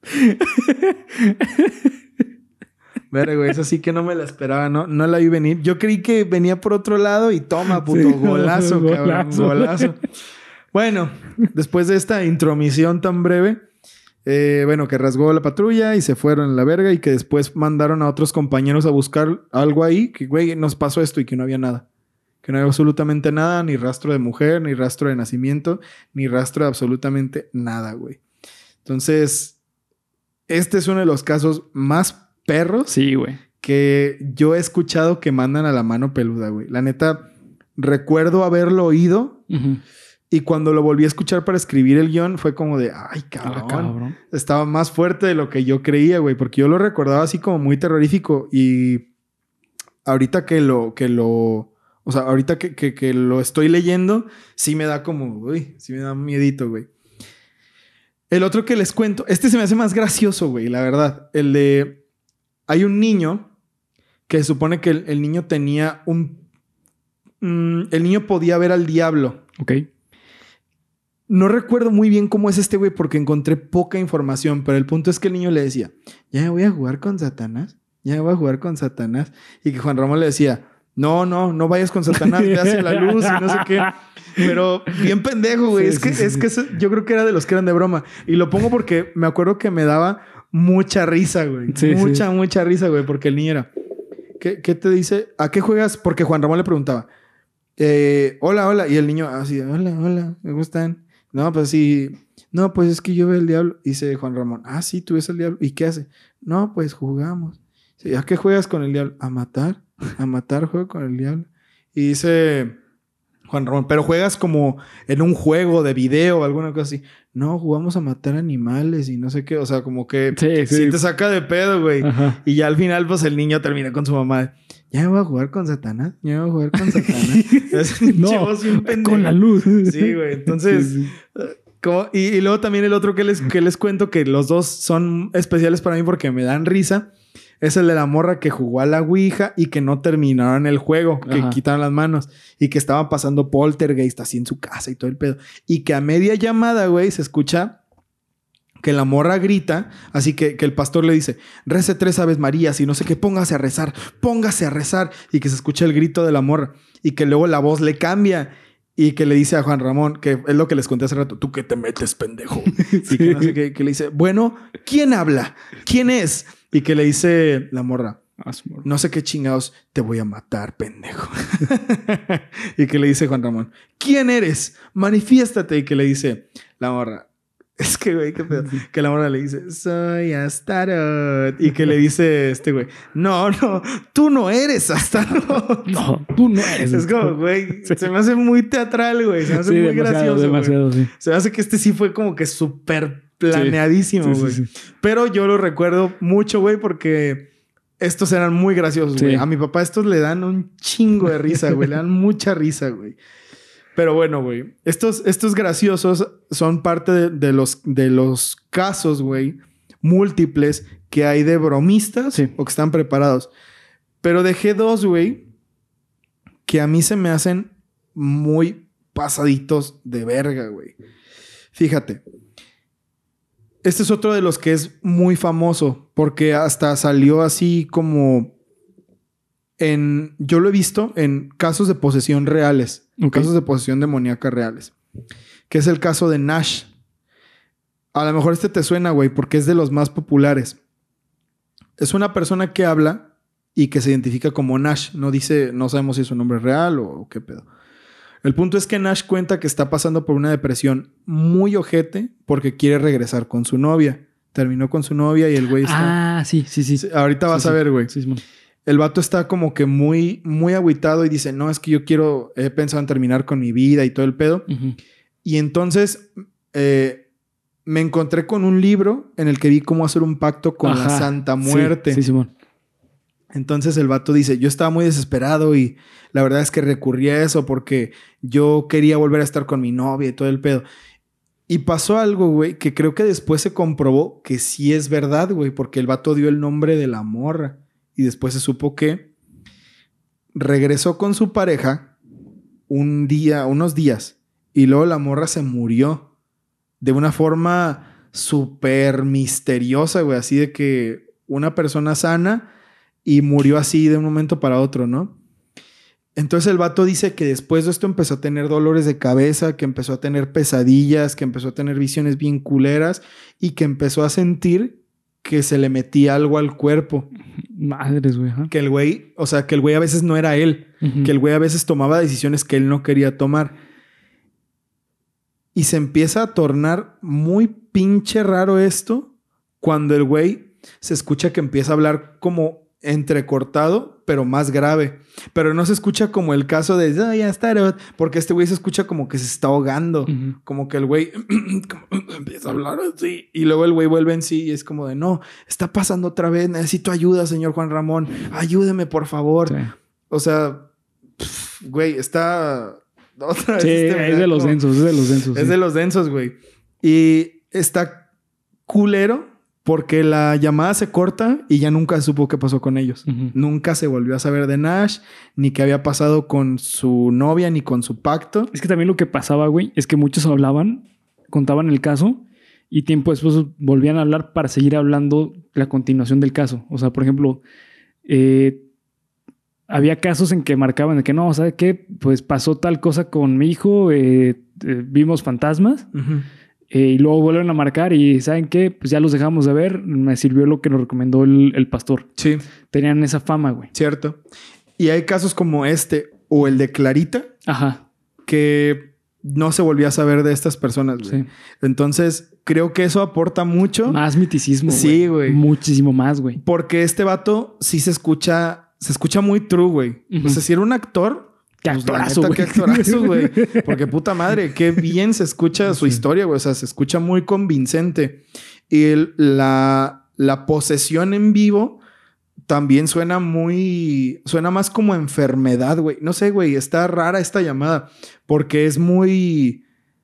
Verga, güey. Eso sí que no me la esperaba. No, no la vi venir. Yo creí que venía por otro lado y toma, puto. Sí, golazo, golazo. cabrón. Golazo. Bueno, después de esta intromisión tan breve... Eh, bueno, que rasgó la patrulla y se fueron a la verga y que después mandaron a otros compañeros a buscar algo ahí, que güey, nos pasó esto y que no había nada. Que no había absolutamente nada, ni rastro de mujer, ni rastro de nacimiento, ni rastro de absolutamente nada, güey. Entonces, este es uno de los casos más perros Sí, güey. que yo he escuchado que mandan a la mano peluda, güey. La neta, recuerdo haberlo oído. Uh-huh. Y cuando lo volví a escuchar para escribir el guión, fue como de... ¡Ay, cabrón! Ah, cabrón. Estaba más fuerte de lo que yo creía, güey. Porque yo lo recordaba así como muy terrorífico. Y ahorita que lo... Que lo o sea, ahorita que, que, que lo estoy leyendo, sí me da como... Uy, sí me da miedito, güey. El otro que les cuento... Este se me hace más gracioso, güey, la verdad. El de... Hay un niño que se supone que el, el niño tenía un... Mm, el niño podía ver al diablo. Ok. No recuerdo muy bien cómo es este güey porque encontré poca información, pero el punto es que el niño le decía, ya me voy a jugar con Satanás, ya me voy a jugar con Satanás. Y que Juan Ramón le decía, no, no, no vayas con Satanás, ve hacia la luz y no sé qué. Pero bien pendejo, güey. Sí, es que, sí, sí, es sí. que eso- yo creo que era de los que eran de broma. Y lo pongo porque me acuerdo que me daba mucha risa, güey. Sí, mucha, sí. mucha risa, güey, porque el niño era, ¿qué, qué te dice? ¿A qué juegas? Porque Juan Ramón le preguntaba, eh, hola, hola. Y el niño así, hola, hola, me gustan. No, pues sí. No, pues es que yo veo el diablo. Dice Juan Ramón, ah, sí, tú ves el diablo. ¿Y qué hace? No, pues jugamos. Dice, ¿a qué juegas con el diablo? A matar. A matar juego con el diablo. Y dice Juan Ramón, pero juegas como en un juego de video o alguna cosa así. No, jugamos a matar animales y no sé qué. O sea, como que Sí, sí sí. te saca de pedo, güey. Ajá. Y ya al final, pues el niño termina con su mamá. Ya me voy a jugar con Satanás. Ya me voy a jugar con Satanás. Es un No, chavo bien pendejo. con la luz. Sí, güey. Entonces, Sí, sí. como- y, y luego también el otro que les, que les cuento, que los dos son especiales para mí porque me dan risa, es el de la morra que jugó a la Ouija y que no terminaron el juego, que Ajá. quitaron las manos y que estaban pasando poltergeist así en su casa y todo el pedo. Y que a media llamada, güey, se escucha que la morra grita, así que, que el pastor le dice, rece tres aves marías y no sé qué, póngase a rezar, póngase a rezar. Y que se escucha el grito de la morra y que luego la voz le cambia. Y que le dice a Juan Ramón, que es lo que les conté hace rato, tú que te metes, pendejo. Y que no sé qué, que le dice, bueno, ¿quién habla? ¿Quién es? Y que le dice la morra, Ah, su morro. no sé qué chingados, te voy a matar, pendejo. Y que le dice Juan Ramón, ¿quién eres? Manifiéstate. Y que le dice la morra, es que, güey, qué pedo. Que la morra le dice, soy Astaroth. Y que le dice este güey, no, no, tú no eres Astaroth. No, tú no eres. Es como, güey, Sí. se me hace muy teatral, güey. Se me hace Sí, muy demasiado, gracioso, demasiado, güey. sí. Se me hace que este sí fue como que súper planeadísimo, Sí, güey. sí, sí. Pero yo lo recuerdo mucho, güey, porque estos eran muy graciosos, güey. Sí. A mi papá estos le dan un chingo de risa, güey. Le dan mucha risa, güey. Pero bueno, güey. Estos, estos graciosos son parte de, de los, de los casos, güey, múltiples que hay de bromistas Sí. o que están preparados. Pero dejé dos, güey, que a mí se me hacen muy pasaditos de verga, güey. Fíjate. Este es otro de los que es muy famoso porque hasta salió así como en... Yo lo he visto en casos de posesión reales. Ok. Casos de posesión demoníaca reales. Que es el caso de Nash. A lo mejor este te suena, güey, porque es de los más populares. Es una persona que habla y que se identifica como Nash. No dice... No sabemos si es su nombre real o, o qué pedo. El punto es que Nash cuenta que está pasando por una depresión muy ojete porque quiere regresar con su novia. Terminó con su novia y el güey está... Ah, sí, sí, sí. Sí, ahorita vas Sí, a sí. ver, güey. Sí, Simón. El vato está como que muy, muy agüitado y dice, no, es que yo quiero, he pensado en terminar con mi vida y todo el pedo. Ujú. Y entonces, eh, me encontré con un libro en el que vi cómo hacer un pacto con Ajá, la Santa Muerte. Sí, sí, Simón. Entonces el vato dice, yo estaba muy desesperado y la verdad es que recurrí a eso porque yo quería volver a estar con mi novia y todo el pedo. Y pasó algo, güey, que creo que después se comprobó que sí es verdad, güey, porque el vato dio el nombre de la morra. Y después se supo que regresó con su pareja un día, unos días, y luego la morra se murió de una forma súper misteriosa, güey, así de que una persona sana y murió así de un momento para otro, ¿no? Entonces el vato dice que después de esto empezó a tener dolores de cabeza, que empezó a tener pesadillas, que empezó a tener visiones bien culeras y que empezó a sentir que se le metía algo al cuerpo. Madres, güey. ¿eh? Que el güey, o sea, que el güey a veces no era él. Uh-huh. Que el güey a veces tomaba decisiones que él no quería tomar. Y se empieza a tornar muy pinche raro esto cuando el güey se escucha que empieza a hablar como entrecortado, pero más grave. Pero no se escucha como el caso de oh, ya está, porque este güey se escucha como que se está ahogando. Uh-huh. Como que el güey empieza a hablar así. Y luego el güey vuelve en sí y es como de no, está pasando otra vez. Necesito ayuda, señor Juan Ramón. Ayúdeme, por favor. Sí. O sea, pff, güey, está otra vez. Sí, este es de los como... densos, es de los densos. Es sí. de los densos, güey. Y está culero. Porque la llamada se corta y ya nunca supo qué pasó con ellos. Uh-huh. Nunca se volvió a saber de Nash, ni qué había pasado con su novia, ni con su pacto. Es que también lo que pasaba, güey, es que muchos hablaban, contaban el caso y tiempo después volvían a hablar para seguir hablando la continuación del caso. O sea, por ejemplo, eh, había casos en que marcaban de que no, ¿sabe qué? Pues pasó tal cosa con mi hijo, eh, eh, vimos fantasmas. Uh-huh. Eh, y luego vuelven a marcar y ¿saben qué? Pues ya los dejamos de ver. Me sirvió lo que nos recomendó el, el pastor. Sí. Tenían esa fama, güey. Cierto. Y hay casos como este o el de Clarita. Ajá. Que no se volvía a saber de estas personas, güey. Sí. Entonces, creo que eso aporta mucho. Más miticismo, güey. Sí, güey. Muchísimo más, güey. Porque este vato sí se escucha... Se escucha muy true, güey. Uh-huh. O sea, si era un actor... Qué actorazo, pues, neta, qué actorazo, güey. Porque puta madre, qué bien se escucha su historia, güey. O sea, se escucha muy convincente. Y el, la, la posesión en vivo también suena muy... Suena más como enfermedad, güey. No sé, güey. Está rara esta llamada. Porque es muy...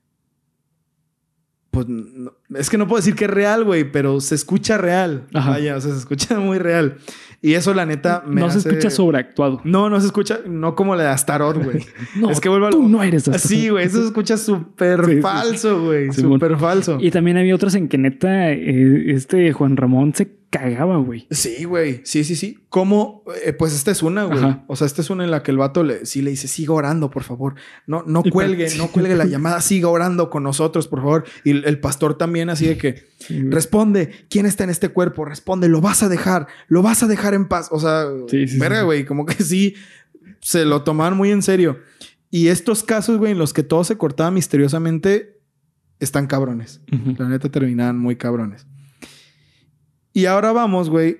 Pues no, es que no puedo decir que es real, güey, pero se escucha real. Ajá. Vaya, o sea, se escucha muy real. Y eso, la neta, me No hace... se escucha sobreactuado. No, no se escucha... No como la de Astaroth, güey. No, es que vuelvo a... tú no eres Astaroth. Sí, güey. Eso se escucha súper sí, falso, güey. Sí, súper falso. Y también había otras en que, neta, eh, este Juan Ramón se cagaba, güey. Sí, güey. Sí, sí, sí. ¿Cómo? Eh, pues esta es una, güey. Ajá. O sea, esta es una en la que el vato le, sí le dice, siga orando, por favor. No, no cuelgue, no cuelgue la llamada. Siga orando con nosotros, por favor. Y el, el pastor también así de que sí, responde. ¿Quién está en este cuerpo? Responde. Lo vas a dejar. Lo vas a dejar en paz. O sea, sí, sí, verga, güey. Sí. Como que sí se lo tomaban muy en serio. Y estos casos, güey, en los que todo se cortaba misteriosamente, están cabrones. Uh-huh. La neta terminaban muy cabrones. Y ahora vamos, güey,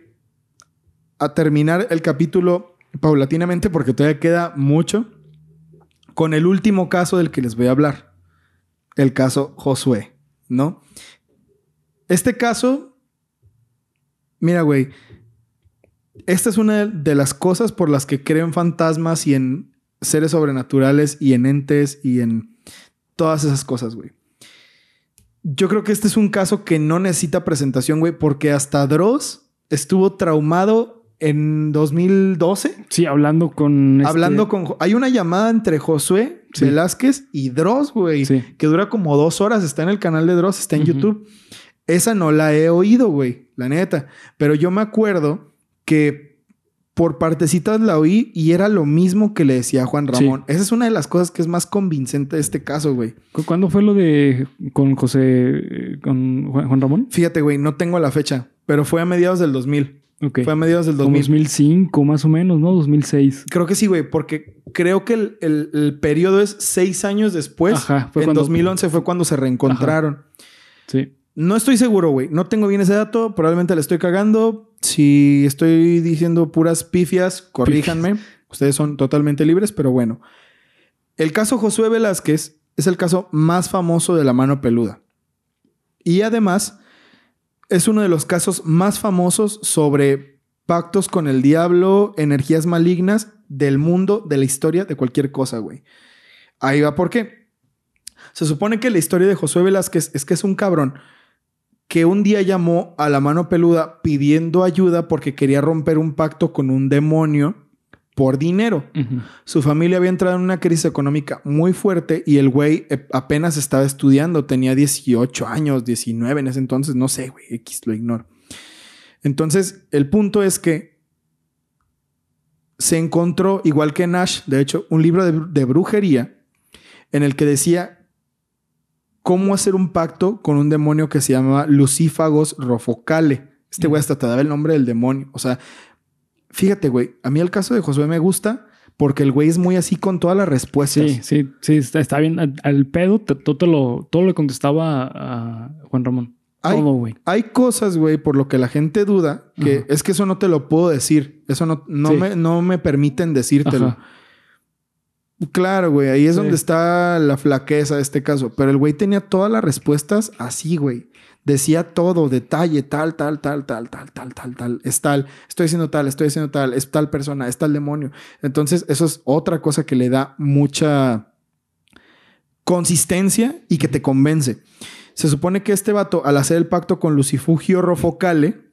a terminar el capítulo paulatinamente porque todavía queda mucho con el último caso del que les voy a hablar. El caso Josué, ¿no? Este caso, mira, güey, esta es una de las cosas por las que creo en fantasmas y en seres sobrenaturales y en entes y en todas esas cosas, güey. Yo creo que este es un caso que no necesita presentación, güey, porque hasta Dross estuvo traumado en dos mil doce. Sí, hablando con... Hablando este... con... Hay una llamada entre Josué sí. Velázquez y Dross, güey, sí. que dura como dos horas. Está en el canal de Dross, está en uh-huh. YouTube. Esa no la he oído, güey, la neta. Pero yo me acuerdo que por partecitas la oí y era lo mismo que le decía a Juan Ramón. Sí. Esa es una de las cosas que es más convincente de este caso, güey. ¿Cuándo fue lo de con José, con Juan Ramón? Fíjate, güey, no tengo la fecha, pero fue a mediados del dos mil. Okay. Fue a mediados del dos mil. Como dos mil cinco, más o menos, ¿no? dos mil seis. Creo que sí, güey, porque creo que el, el, el periodo es seis años después. Ajá. Fue en cuando... dos mil once fue cuando se reencontraron. Ajá. Sí. No estoy seguro, güey. No tengo bien ese dato. Probablemente le estoy cagando. Si estoy diciendo puras pifias, corríjanme. Pifias. Ustedes son totalmente libres, pero bueno. El caso Josué Velázquez es el caso más famoso de la mano peluda. Y además, es uno de los casos más famosos sobre pactos con el diablo, energías malignas del mundo, de la historia, de cualquier cosa, güey. Ahí va, ¿por qué? Se supone que la historia de Josué Velázquez es que es un cabrón que un día llamó a la mano peluda pidiendo ayuda porque quería romper un pacto con un demonio por dinero. Uh-huh. Su familia había entrado en una crisis económica muy fuerte y el güey apenas estaba estudiando. Tenía dieciocho años, diecinueve en ese entonces. No sé, güey. X, lo ignoro. Entonces, el punto es que se encontró, igual que Nash, de hecho, un libro de, de brujería en el que decía cómo hacer un pacto con un demonio que se llamaba Lucífagos Rofocale. Este güey hasta te daba el nombre del demonio. O sea, fíjate, güey, a mí el caso de Josué me gusta porque el güey es muy así con todas las respuestas. Sí, sí, sí, está, está bien. Al, al pedo, te, todo, te lo, todo le contestaba a Juan Ramón. Hay, todo, güey. Hay cosas, güey, por lo que la gente duda, que Ajá. es que eso no te lo puedo decir. Eso no, no, sí. me, no me permiten decírtelo. Ajá. Claro, güey, ahí es sí. donde está la flaqueza de este caso. Pero el güey tenía todas las respuestas así, güey. Decía todo, detalle, tal, tal, tal, tal, tal, tal, tal, tal. Es tal, estoy haciendo tal, estoy haciendo tal, es tal persona, es tal demonio. Entonces, eso es otra cosa que le da mucha consistencia y que te convence. Se supone que este vato, al hacer el pacto con Lucifugio Rofocale,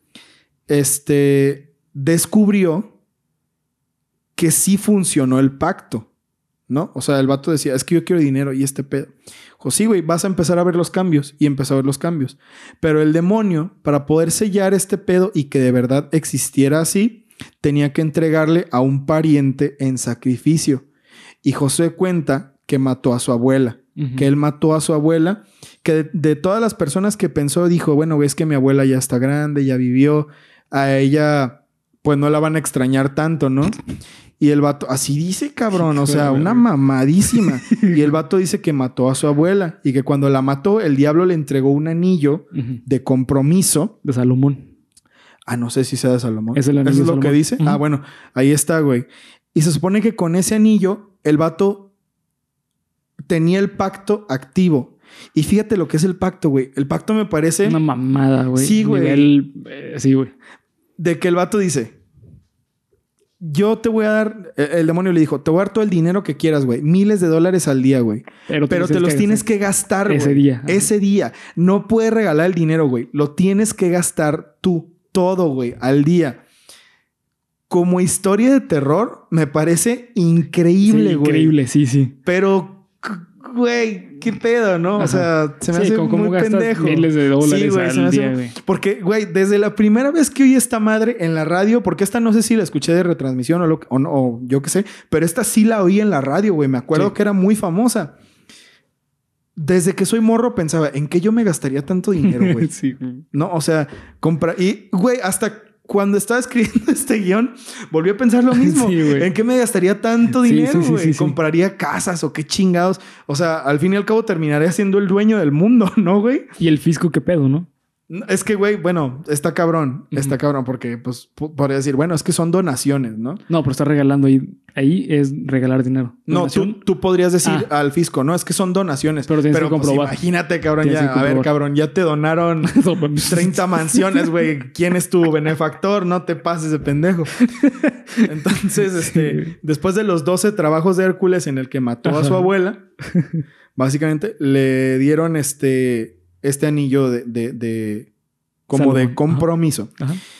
este, descubrió que sí funcionó el pacto, ¿no? O sea, el vato decía, es que yo quiero dinero y este pedo. Dijo, sí, güey, vas a empezar a ver los cambios. Y empezó a ver los cambios. Pero el demonio, para poder sellar este pedo y que de verdad existiera así, tenía que entregarle a un pariente en sacrificio. Y Josué cuenta que mató a su abuela. Uh-huh. Que él mató a su abuela. Que de, de todas las personas que pensó, dijo, bueno, ves que mi abuela ya está grande, ya vivió. A ella, pues no la van a extrañar tanto, ¿no? Y el vato, así dice, cabrón, o sea, una mamadísima. Y el vato dice que mató a su abuela y que cuando la mató, el diablo le entregó un anillo uh-huh. de compromiso. De Salomón. Ah, no sé si sea de Salomón. Es el anillo ¿Eso es de lo Salomón. que dice? Uh-huh. Ah, bueno, ahí está, güey. Y se supone que con ese anillo, el vato tenía el pacto activo. Y fíjate lo que es el pacto, güey. El pacto me parece... Una mamada, güey. Sí, güey. Nivel... Eh, sí, güey. De que el vato dice... Yo te voy a dar... El demonio le dijo, te voy a dar todo el dinero que quieras, güey. Miles de dólares al día, güey. Pero, Pero te los que tienes que gastar, güey. Ese día. Ese día. No puedes regalar el dinero, güey. Lo tienes que gastar tú. Todo, güey. Al día. Como historia de terror, me parece increíble, güey. Sí, increíble, sí, sí. Pero, güey, qué pedo, ¿no? Ajá. O sea, se me sí, hace muy pendejo. Miles de dólares sí, güey, al se me día, hace... güey. Porque, güey, desde la primera vez que oí esta madre en la radio, porque esta no sé si la escuché de retransmisión o, lo, o, o yo qué sé, pero esta sí la oí en la radio, güey. Me acuerdo sí. que era muy famosa. Desde que soy morro pensaba, ¿en qué yo me gastaría tanto dinero, güey? Sí. No, o sea, compra... Y, güey, hasta... Cuando estaba escribiendo este guión, volví a pensar lo mismo. Sí, ¿en qué me gastaría tanto dinero, güey? Sí, sí, sí, sí, ¿compraría sí. casas o qué chingados? O sea, al fin y al cabo terminaré siendo el dueño del mundo, ¿no, güey? Y el fisco, ¿qué pedo, no? Es que, güey, bueno, está cabrón. Uh-huh. Está cabrón porque, pues, podría decir, bueno, es que son donaciones, ¿no? No, pero está regalando ahí. Ahí es regalar dinero. No, tú, tú podrías decir ah. al fisco, no, es que son donaciones. Pero tienes pero, que comprobar. Pues, imagínate, cabrón, ya. A ver, cabrón, ya te donaron treinta mansiones, güey. ¿Quién es tu benefactor? No te pases de pendejo. Entonces, este, sí. después de los doce trabajos de Hércules en el que mató Ajá. a su abuela, básicamente le dieron este... este anillo de, de, de como Salomón. de compromiso. Ajá. Ajá.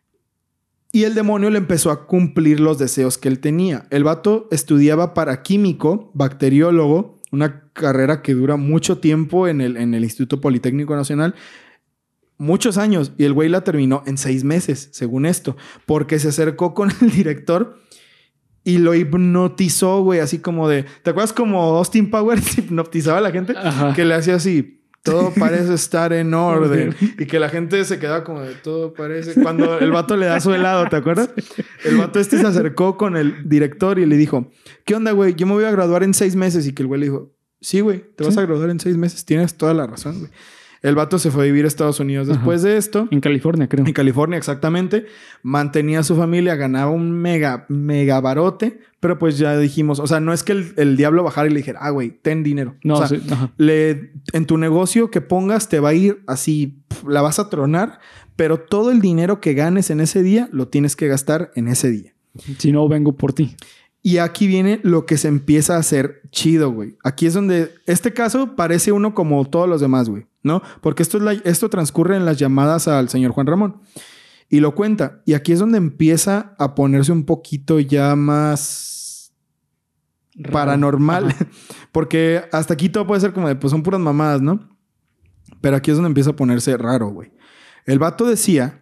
Y el demonio le empezó a cumplir los deseos que él tenía. El vato estudiaba para químico, bacteriólogo, una carrera que dura mucho tiempo en el, en el Instituto Politécnico Nacional. Muchos años. Y el güey la terminó en seis meses, según esto. Porque se acercó con el director y lo hipnotizó, güey. Así como de... ¿Te acuerdas como Austin Powers hipnotizaba a la gente? Ajá. Que le hacía así... Todo parece estar en orden. Y que la gente se quedaba como de todo parece... Cuando el vato le da su helado, ¿te acuerdas? El vato este se acercó con el director y le dijo... ¿Qué onda, güey? Yo me voy a graduar en seis meses. Y que el güey le dijo... Sí, güey. Te vas ¿Sí? a graduar en seis meses. Tienes toda la razón, güey. El vato se fue a vivir a Estados Unidos después Ajá. de esto. En California, creo. En California, exactamente. Mantenía a su familia, ganaba un mega, mega barote. Pero pues ya dijimos, o sea, no es que el, el diablo bajara y le dijera, ah, güey, ten dinero. No, o sea, sí, ajá. le, en tu negocio que pongas te va a ir así, pf, la vas a tronar. Pero todo el dinero que ganes en ese día lo tienes que gastar en ese día. Si no, vengo por ti. Y aquí viene lo que se empieza a hacer chido, güey. Aquí es donde... Este caso parece uno como todos los demás, güey, ¿no? Porque esto, es la, esto transcurre en las llamadas al señor Juan Ramón. Y lo cuenta. Y aquí es donde empieza a ponerse un poquito ya más... Raro. Paranormal. Ajá. Porque hasta aquí todo puede ser como de... Pues son puras mamadas, ¿no? Pero aquí es donde empieza a ponerse raro, güey. El vato decía...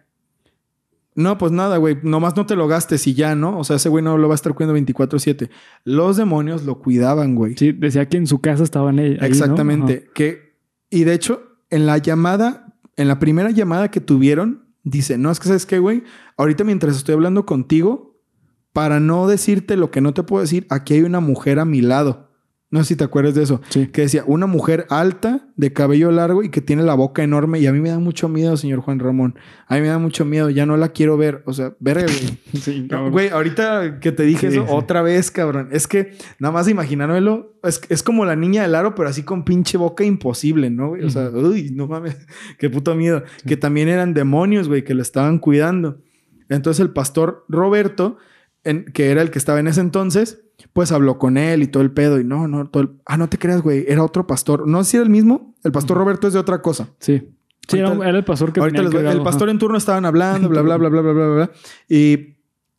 No, pues nada, güey. Nomás no te lo gastes y ya, ¿no? O sea, ese güey no lo va a estar cuidando veinticuatro siete. Los demonios lo cuidaban, güey. Sí, decía que en su casa estaban ahí. Exactamente. ¿No? Que, y de hecho, en la llamada, en la primera llamada que tuvieron, dice, no, es que ¿sabes qué, güey? Ahorita mientras estoy hablando contigo, para no decirte lo que no te puedo decir, aquí hay una mujer a mi lado. No sé si te acuerdas de eso. Sí. Que decía, una mujer alta, de cabello largo y que tiene la boca enorme. Y a mí me da mucho miedo, señor Juan Ramón. A mí me da mucho miedo. Ya no la quiero ver. O sea, verga, güey. Sí, no, güey, ahorita que te dije sí, eso, sí. Otra vez, cabrón. Es que nada más imaginármelo. Es, es como la niña del aro, pero así con pinche boca imposible, ¿no, güey? O sea, uh-huh. Uy, no mames. Qué puto miedo. Sí. Que también eran demonios, güey, que lo estaban cuidando. Entonces el pastor Roberto, en, que era el que estaba en ese entonces... Pues habló con él y todo el pedo. Y no, no, todo el... Ah, no te creas, güey. Era otro pastor. No sé si era el mismo. El pastor Roberto es de otra cosa. Sí. Sí, ahorita, era, era el pastor que ahorita les, El pastor ajá. en turno estaban hablando, bla, bla, bla, bla, bla, bla, bla. Y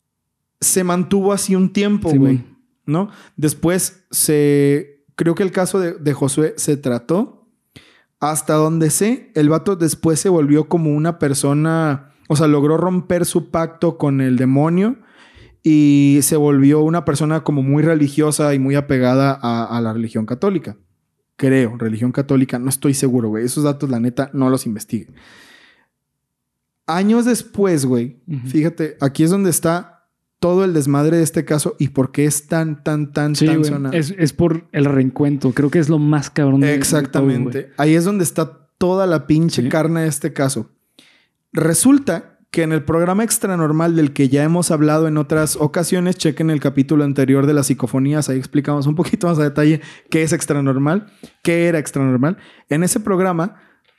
se mantuvo así un tiempo, güey. Sí, ¿no? Después se... Creo que el caso de, de Josué se trató. Hasta donde sé, el vato después se volvió como una persona... O sea, logró romper su pacto con el demonio... Y se volvió una persona como muy religiosa y muy apegada a, a la religión católica. Creo, religión católica. No estoy seguro, güey. Esos datos, la neta, no los investigué. Años después, güey. Uh-huh. Fíjate, aquí es donde está todo el desmadre de este caso y por qué es tan, tan, tan, sí, tan güey. sonado. Es, es por el reencuentro. Creo que es lo más cabrón de Exactamente. De todo, ahí es donde está toda la pinche sí. carne de este caso. Resulta que en el programa Extranormal del que ya hemos hablado en otras ocasiones, chequen el capítulo anterior de las psicofonías, ahí explicamos un poquito más a detalle qué es Extranormal, qué era Extranormal. En ese programa,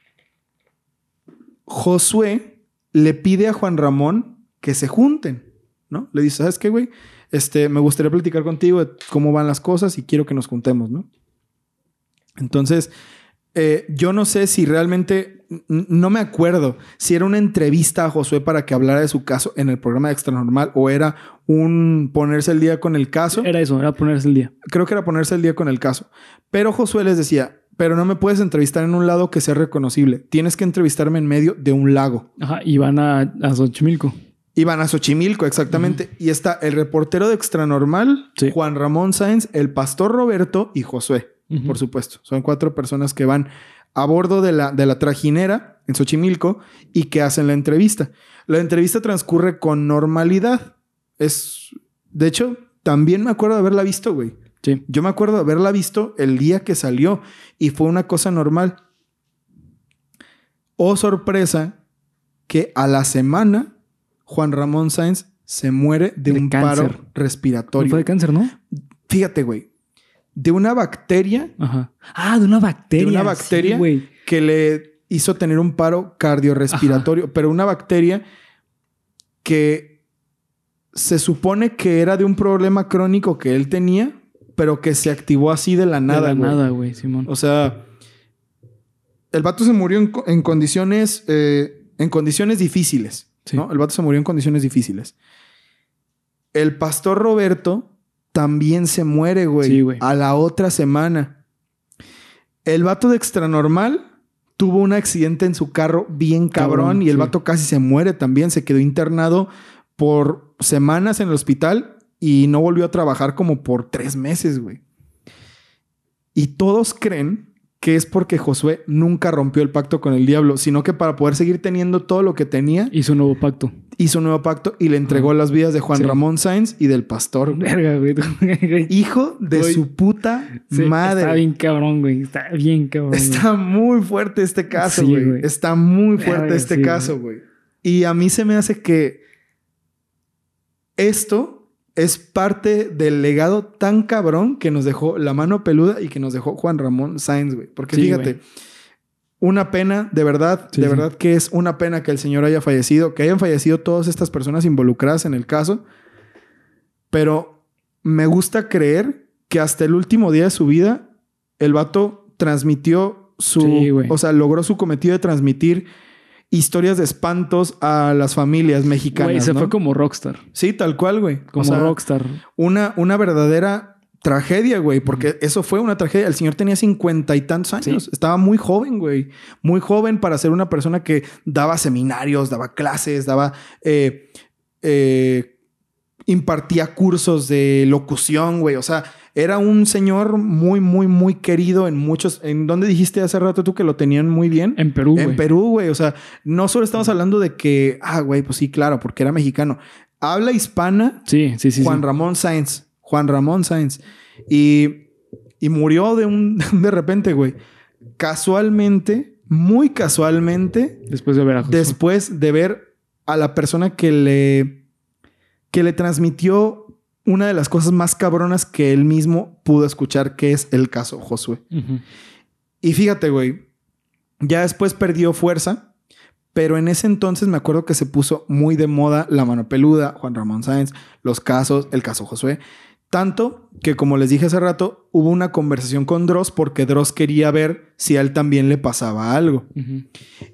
Josué le pide a Juan Ramón que se junten, ¿no? Le dice, ¿sabes qué, güey? Este, me gustaría platicar contigo de cómo van las cosas y quiero que nos juntemos, ¿no? Entonces... Eh, yo no sé si realmente, n- no me acuerdo si era una entrevista a Josué para que hablara de su caso en el programa de Extranormal o era un ponerse el día con el caso. Era eso, era ponerse el día. Creo que era ponerse el día con el caso. Pero Josué les decía, pero no me puedes entrevistar en un lado que sea reconocible. Tienes que entrevistarme en medio de un lago. Ajá, y van a, a Xochimilco. Iban a Xochimilco, exactamente. Uh-huh. Y está el reportero de Extranormal, sí. Juan Ramón Sáenz, el pastor Roberto y Josué. Uh-huh. Por supuesto. Son cuatro personas que van a bordo de la, de la trajinera en Xochimilco y que hacen la entrevista. La entrevista transcurre con normalidad. Es... De hecho, también me acuerdo de haberla visto, güey. Sí. Yo me acuerdo de haberla visto el día que salió y fue una cosa normal. Oh, sorpresa, que a la semana Juan Ramón Sáenz se muere de, de un cáncer. Paro respiratorio. No fue de cáncer, ¿no? Fíjate, güey. De una bacteria. Ajá. Ah, de una bacteria. De una bacteria sí, que le hizo tener un paro cardiorrespiratorio. Ajá. Pero una bacteria que se supone que era de un problema crónico que él tenía, pero que se activó así de la nada, De la güey. nada, güey, Simón. O sea, el vato se murió en, en condiciones... Eh, en condiciones difíciles. Sí. ¿No? El vato se murió en condiciones difíciles. El pastor Roberto... también se muere, güey. Sí, güey. A la otra semana. El vato de Extranormal tuvo un accidente en su carro bien cabrón, cabrón y el sí. vato casi se muere también. Se quedó internado por semanas en el hospital y no volvió a trabajar como por tres meses, güey. Y todos creen que es porque Josué nunca rompió el pacto con el diablo, sino que para poder seguir teniendo todo lo que tenía... Hizo un nuevo pacto. hizo un nuevo pacto y le entregó uh-huh. las vidas de Juan sí. Ramón Sáenz y del pastor. Verga, güey. Hijo de güey. su puta sí, madre. Está bien cabrón, güey. Está bien cabrón. Está güey. muy fuerte este caso, sí, güey. güey. Está muy fuerte Verga, este sí, caso, güey. Y a mí se me hace que esto es parte del legado tan cabrón que nos dejó La Mano Peluda y que nos dejó Juan Ramón Sáenz, güey. Porque sí, fíjate... Güey. Una pena, de verdad, sí, de sí. verdad que es una pena que el señor haya fallecido, que hayan fallecido todas estas personas involucradas en el caso. Pero me gusta creer que hasta el último día de su vida, el vato transmitió su... Sí, o sea, logró su cometido de transmitir historias de espantos a las familias mexicanas. Güey, se ¿no? fue como rockstar. Sí, tal cual, güey. Como o sea, rockstar. Una, una verdadera... tragedia, güey, porque eso fue una tragedia. El señor tenía cincuenta y tantos años. Sí. Estaba muy joven, güey. Muy joven para ser una persona que daba seminarios, daba clases, daba... Eh, eh, impartía cursos de locución, güey. O sea, era un señor muy, muy, muy querido en muchos... ¿En dónde dijiste hace rato tú que lo tenían muy bien? En Perú, güey. En Perú, güey. O sea, no solo estamos hablando de que... Ah, güey, pues sí, claro, porque era mexicano. Habla hispana. Sí, sí, sí. Juan sí. Ramón Sáenz. Juan Ramón Sáenz. Y, y murió de un de repente, güey. Casualmente, muy casualmente. Después de ver a Josué. Después de ver a la persona que le, que le transmitió una de las cosas más cabronas que él mismo pudo escuchar, que es el caso Josué. Uh-huh. Y fíjate, güey. Ya después perdió fuerza. Pero en ese entonces me acuerdo que se puso muy de moda La Mano Peluda, Juan Ramón Sáenz, los casos, el caso Josué. Tanto que, como les dije hace rato, hubo una conversación con Dross porque Dross quería ver si a él también le pasaba algo. Uh-huh.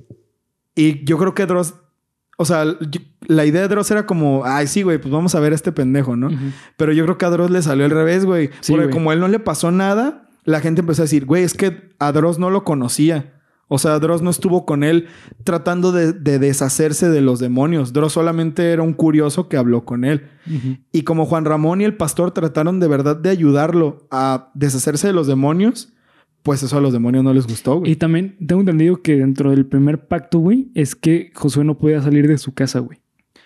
Y yo creo que Dross... O sea, la idea de Dross era como... Ay, sí, güey, pues vamos a ver a este pendejo, ¿no? Uh-huh. Pero yo creo que a Dross le salió al revés, güey. Sí, porque güey. Como a él no le pasó nada, la gente empezó a decir... Güey, es que a Dross no lo conocía. O sea, Dross no estuvo con él tratando de, de deshacerse de los demonios. Dross solamente era un curioso que habló con él. Uh-huh. Y como Juan Ramón y el pastor trataron de verdad de ayudarlo a deshacerse de los demonios, pues eso a los demonios no les gustó, güey. Y también tengo entendido que dentro del primer pacto, güey, es que Josué no podía salir de su casa, güey.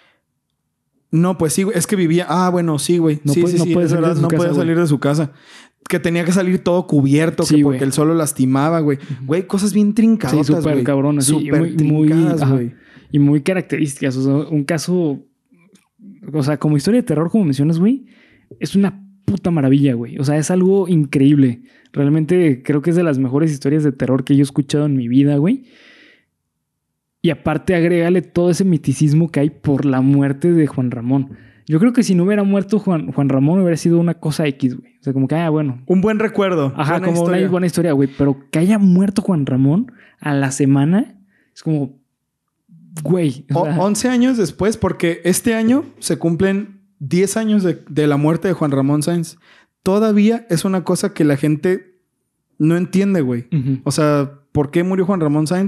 No, pues sí, güey. Es que vivía... Ah, bueno, sí, güey. No sí, puede, sí, no sí. Puede es verdad, no casa, podía salir güey. de su casa. Que tenía que salir todo cubierto, sí, que porque güey. el sol lo lastimaba, güey. Güey, uh-huh. Cosas bien trincadas, güey. Sí, súper cabronas. Súper muy, trincadas, güey. Y muy características. O sea, un caso... O sea, como historia de terror, como mencionas, güey, es una puta maravilla, güey. O sea, es algo increíble. Realmente creo que es de las mejores historias de terror que yo he escuchado en mi vida, güey. Y aparte agrégale todo ese miticismo que hay por la muerte de Juan Ramón. Yo creo que si no hubiera muerto Juan, Juan Ramón hubiera sido una cosa X, güey. O sea, como que, ah, bueno. Un buen recuerdo. Ajá, buena como historia. Una buena historia, güey. Pero que haya muerto Juan Ramón a la semana es como, güey. O sea, once años después, porque este año se cumplen diez años de, de la muerte de Juan Ramón Sáenz. Todavía es una cosa que la gente no entiende, güey. Uh-huh. O sea, ¿por qué murió Juan Ramón Sáenz?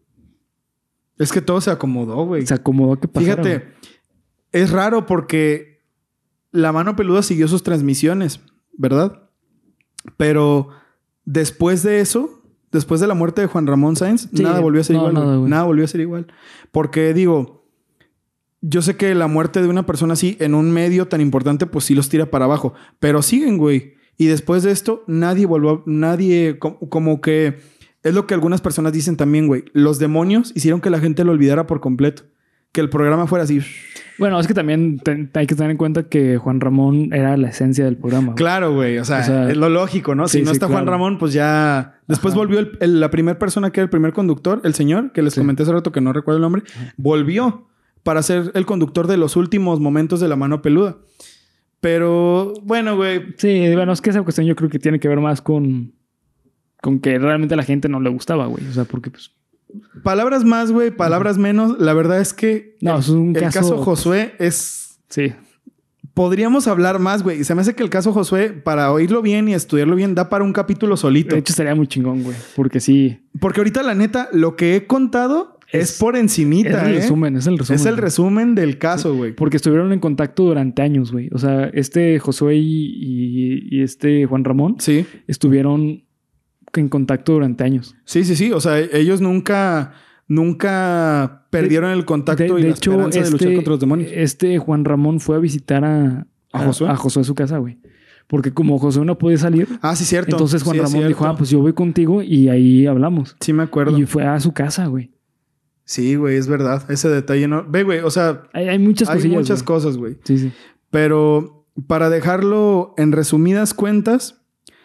Es que todo se acomodó, güey. Se acomodó, ¿qué pasó? Fíjate, es raro porque La Mano Peluda siguió sus transmisiones, ¿verdad? Pero después de eso, después de la muerte de Juan Ramón Sáenz, sí, nada volvió a ser no, igual. Nada, nada volvió a ser igual. Porque digo, yo sé que la muerte de una persona así en un medio tan importante, pues sí los tira para abajo. Pero siguen, güey. Y después de esto, nadie volvió, nadie, como, como que... Es lo que algunas personas dicen también, güey. Los demonios hicieron que la gente lo olvidara por completo. Que el programa fuera así. Bueno, es que también te, hay que tener en cuenta que Juan Ramón era la esencia del programa. Güey. Claro, güey. O sea, o sea, es lo lógico, ¿no? Sí, si no sí, está claro. Juan Ramón, pues ya... Después Ajá. volvió el, el, la primera persona que era el primer conductor, el señor, que les sí. comenté hace rato que no recuerdo el nombre. Ajá. Volvió para ser el conductor de los últimos momentos de La Mano Peluda. Pero, bueno, güey. Sí, bueno, es que esa cuestión yo creo que tiene que ver más con... Con que realmente a la gente no le gustaba, güey. O sea, porque pues... Palabras más, güey. Palabras uh-huh. menos. La verdad es que... No, el, es un el caso... caso Josué es... Sí. Podríamos hablar más, güey. Se me hace que el caso Josué, para oírlo bien y estudiarlo bien, da para un capítulo solito. De hecho, estaría muy chingón, güey. Porque sí... Porque ahorita, la neta, lo que he contado es, es por encimita, es el ¿eh? resumen, es el resumen. Es el resumen del caso, güey. Sí, porque estuvieron en contacto durante años, güey. O sea, este Josué y, y, y este Juan Ramón... Sí. Estuvieron... en contacto durante años. Sí, sí, sí. O sea, ellos nunca... nunca perdieron el contacto de, y de la hecho, esperanza este, de luchar contra los demonios. Este Juan Ramón fue a visitar a, ¿A Josué? a Josué a su casa, güey. Porque como Josué no puede salir, Ah, sí, cierto. entonces Juan Sí, es Ramón cierto. dijo, ah, pues yo voy contigo y ahí hablamos. Sí, me acuerdo. Y fue a su casa, güey. Sí, güey, es verdad. Ese detalle no... Ve, güey, o sea... Hay, hay muchas hay cosillas, muchas güey. cosas, güey. Sí, sí. Pero para dejarlo en resumidas cuentas,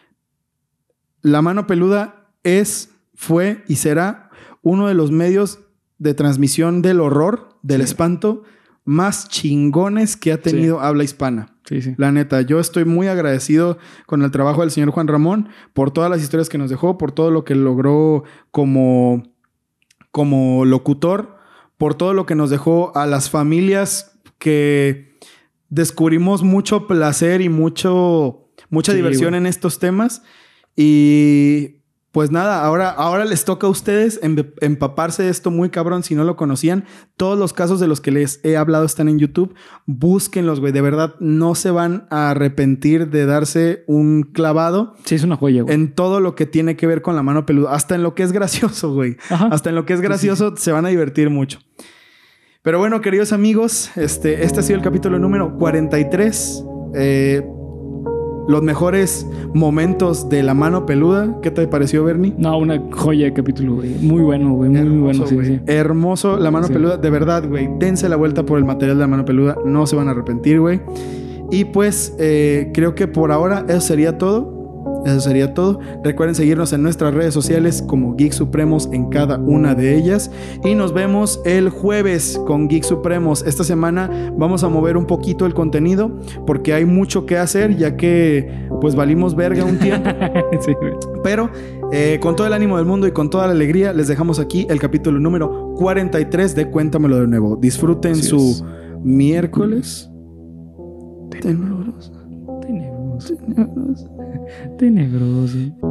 La Mano Peluda es, fue y será uno de los medios de transmisión del horror, del Sí. espanto, más chingones que ha tenido Sí. habla hispana. Sí, sí. La neta, yo estoy muy agradecido con el trabajo del señor Juan Ramón por todas las historias que nos dejó, por todo lo que logró como, como locutor, por todo lo que nos dejó a las familias que descubrimos mucho placer y mucho, mucha Sí, diversión güey. en estos temas. Y pues nada, ahora, ahora les toca a ustedes em- empaparse de esto muy cabrón si no lo conocían. Todos los casos de los que les he hablado están en YouTube. Búsquenlos, güey. De verdad, no se van a arrepentir de darse un clavado Sí, es una joya, güey. en todo lo que tiene que ver con La Mano Peluda. Hasta en lo que es gracioso, güey. Ajá. Hasta en lo que es Sí, sí, gracioso se van a divertir mucho. Pero bueno, queridos amigos, este, este ha sido el capítulo número cuarenta y tres. Eh, los mejores momentos de La Mano Peluda. ¿Qué te pareció, Bernie? No, una joya de capítulo, güey. Muy bueno, güey. Muy, muy bueno, sí, güey. sí. Hermoso La Mano Sí. Peluda. De verdad, güey. Dense la vuelta por el material de La Mano Peluda. No se van a arrepentir, güey. Y pues eh, creo que por ahora eso sería todo. Eso sería todo. Recuerden seguirnos en nuestras redes sociales como Geek Supremos en cada una de ellas. Y nos vemos el jueves con Geek Supremos. Esta semana vamos a mover un poquito el contenido porque hay mucho que hacer, ya que pues valimos verga un tiempo. Sí, güey. Pero eh, con todo el ánimo del mundo y con toda la alegría les dejamos aquí el capítulo número cuarenta y tres de Cuéntamelo de nuevo. Disfruten Así su es. miércoles Tenebroso. Tenebroso. Tenebroso.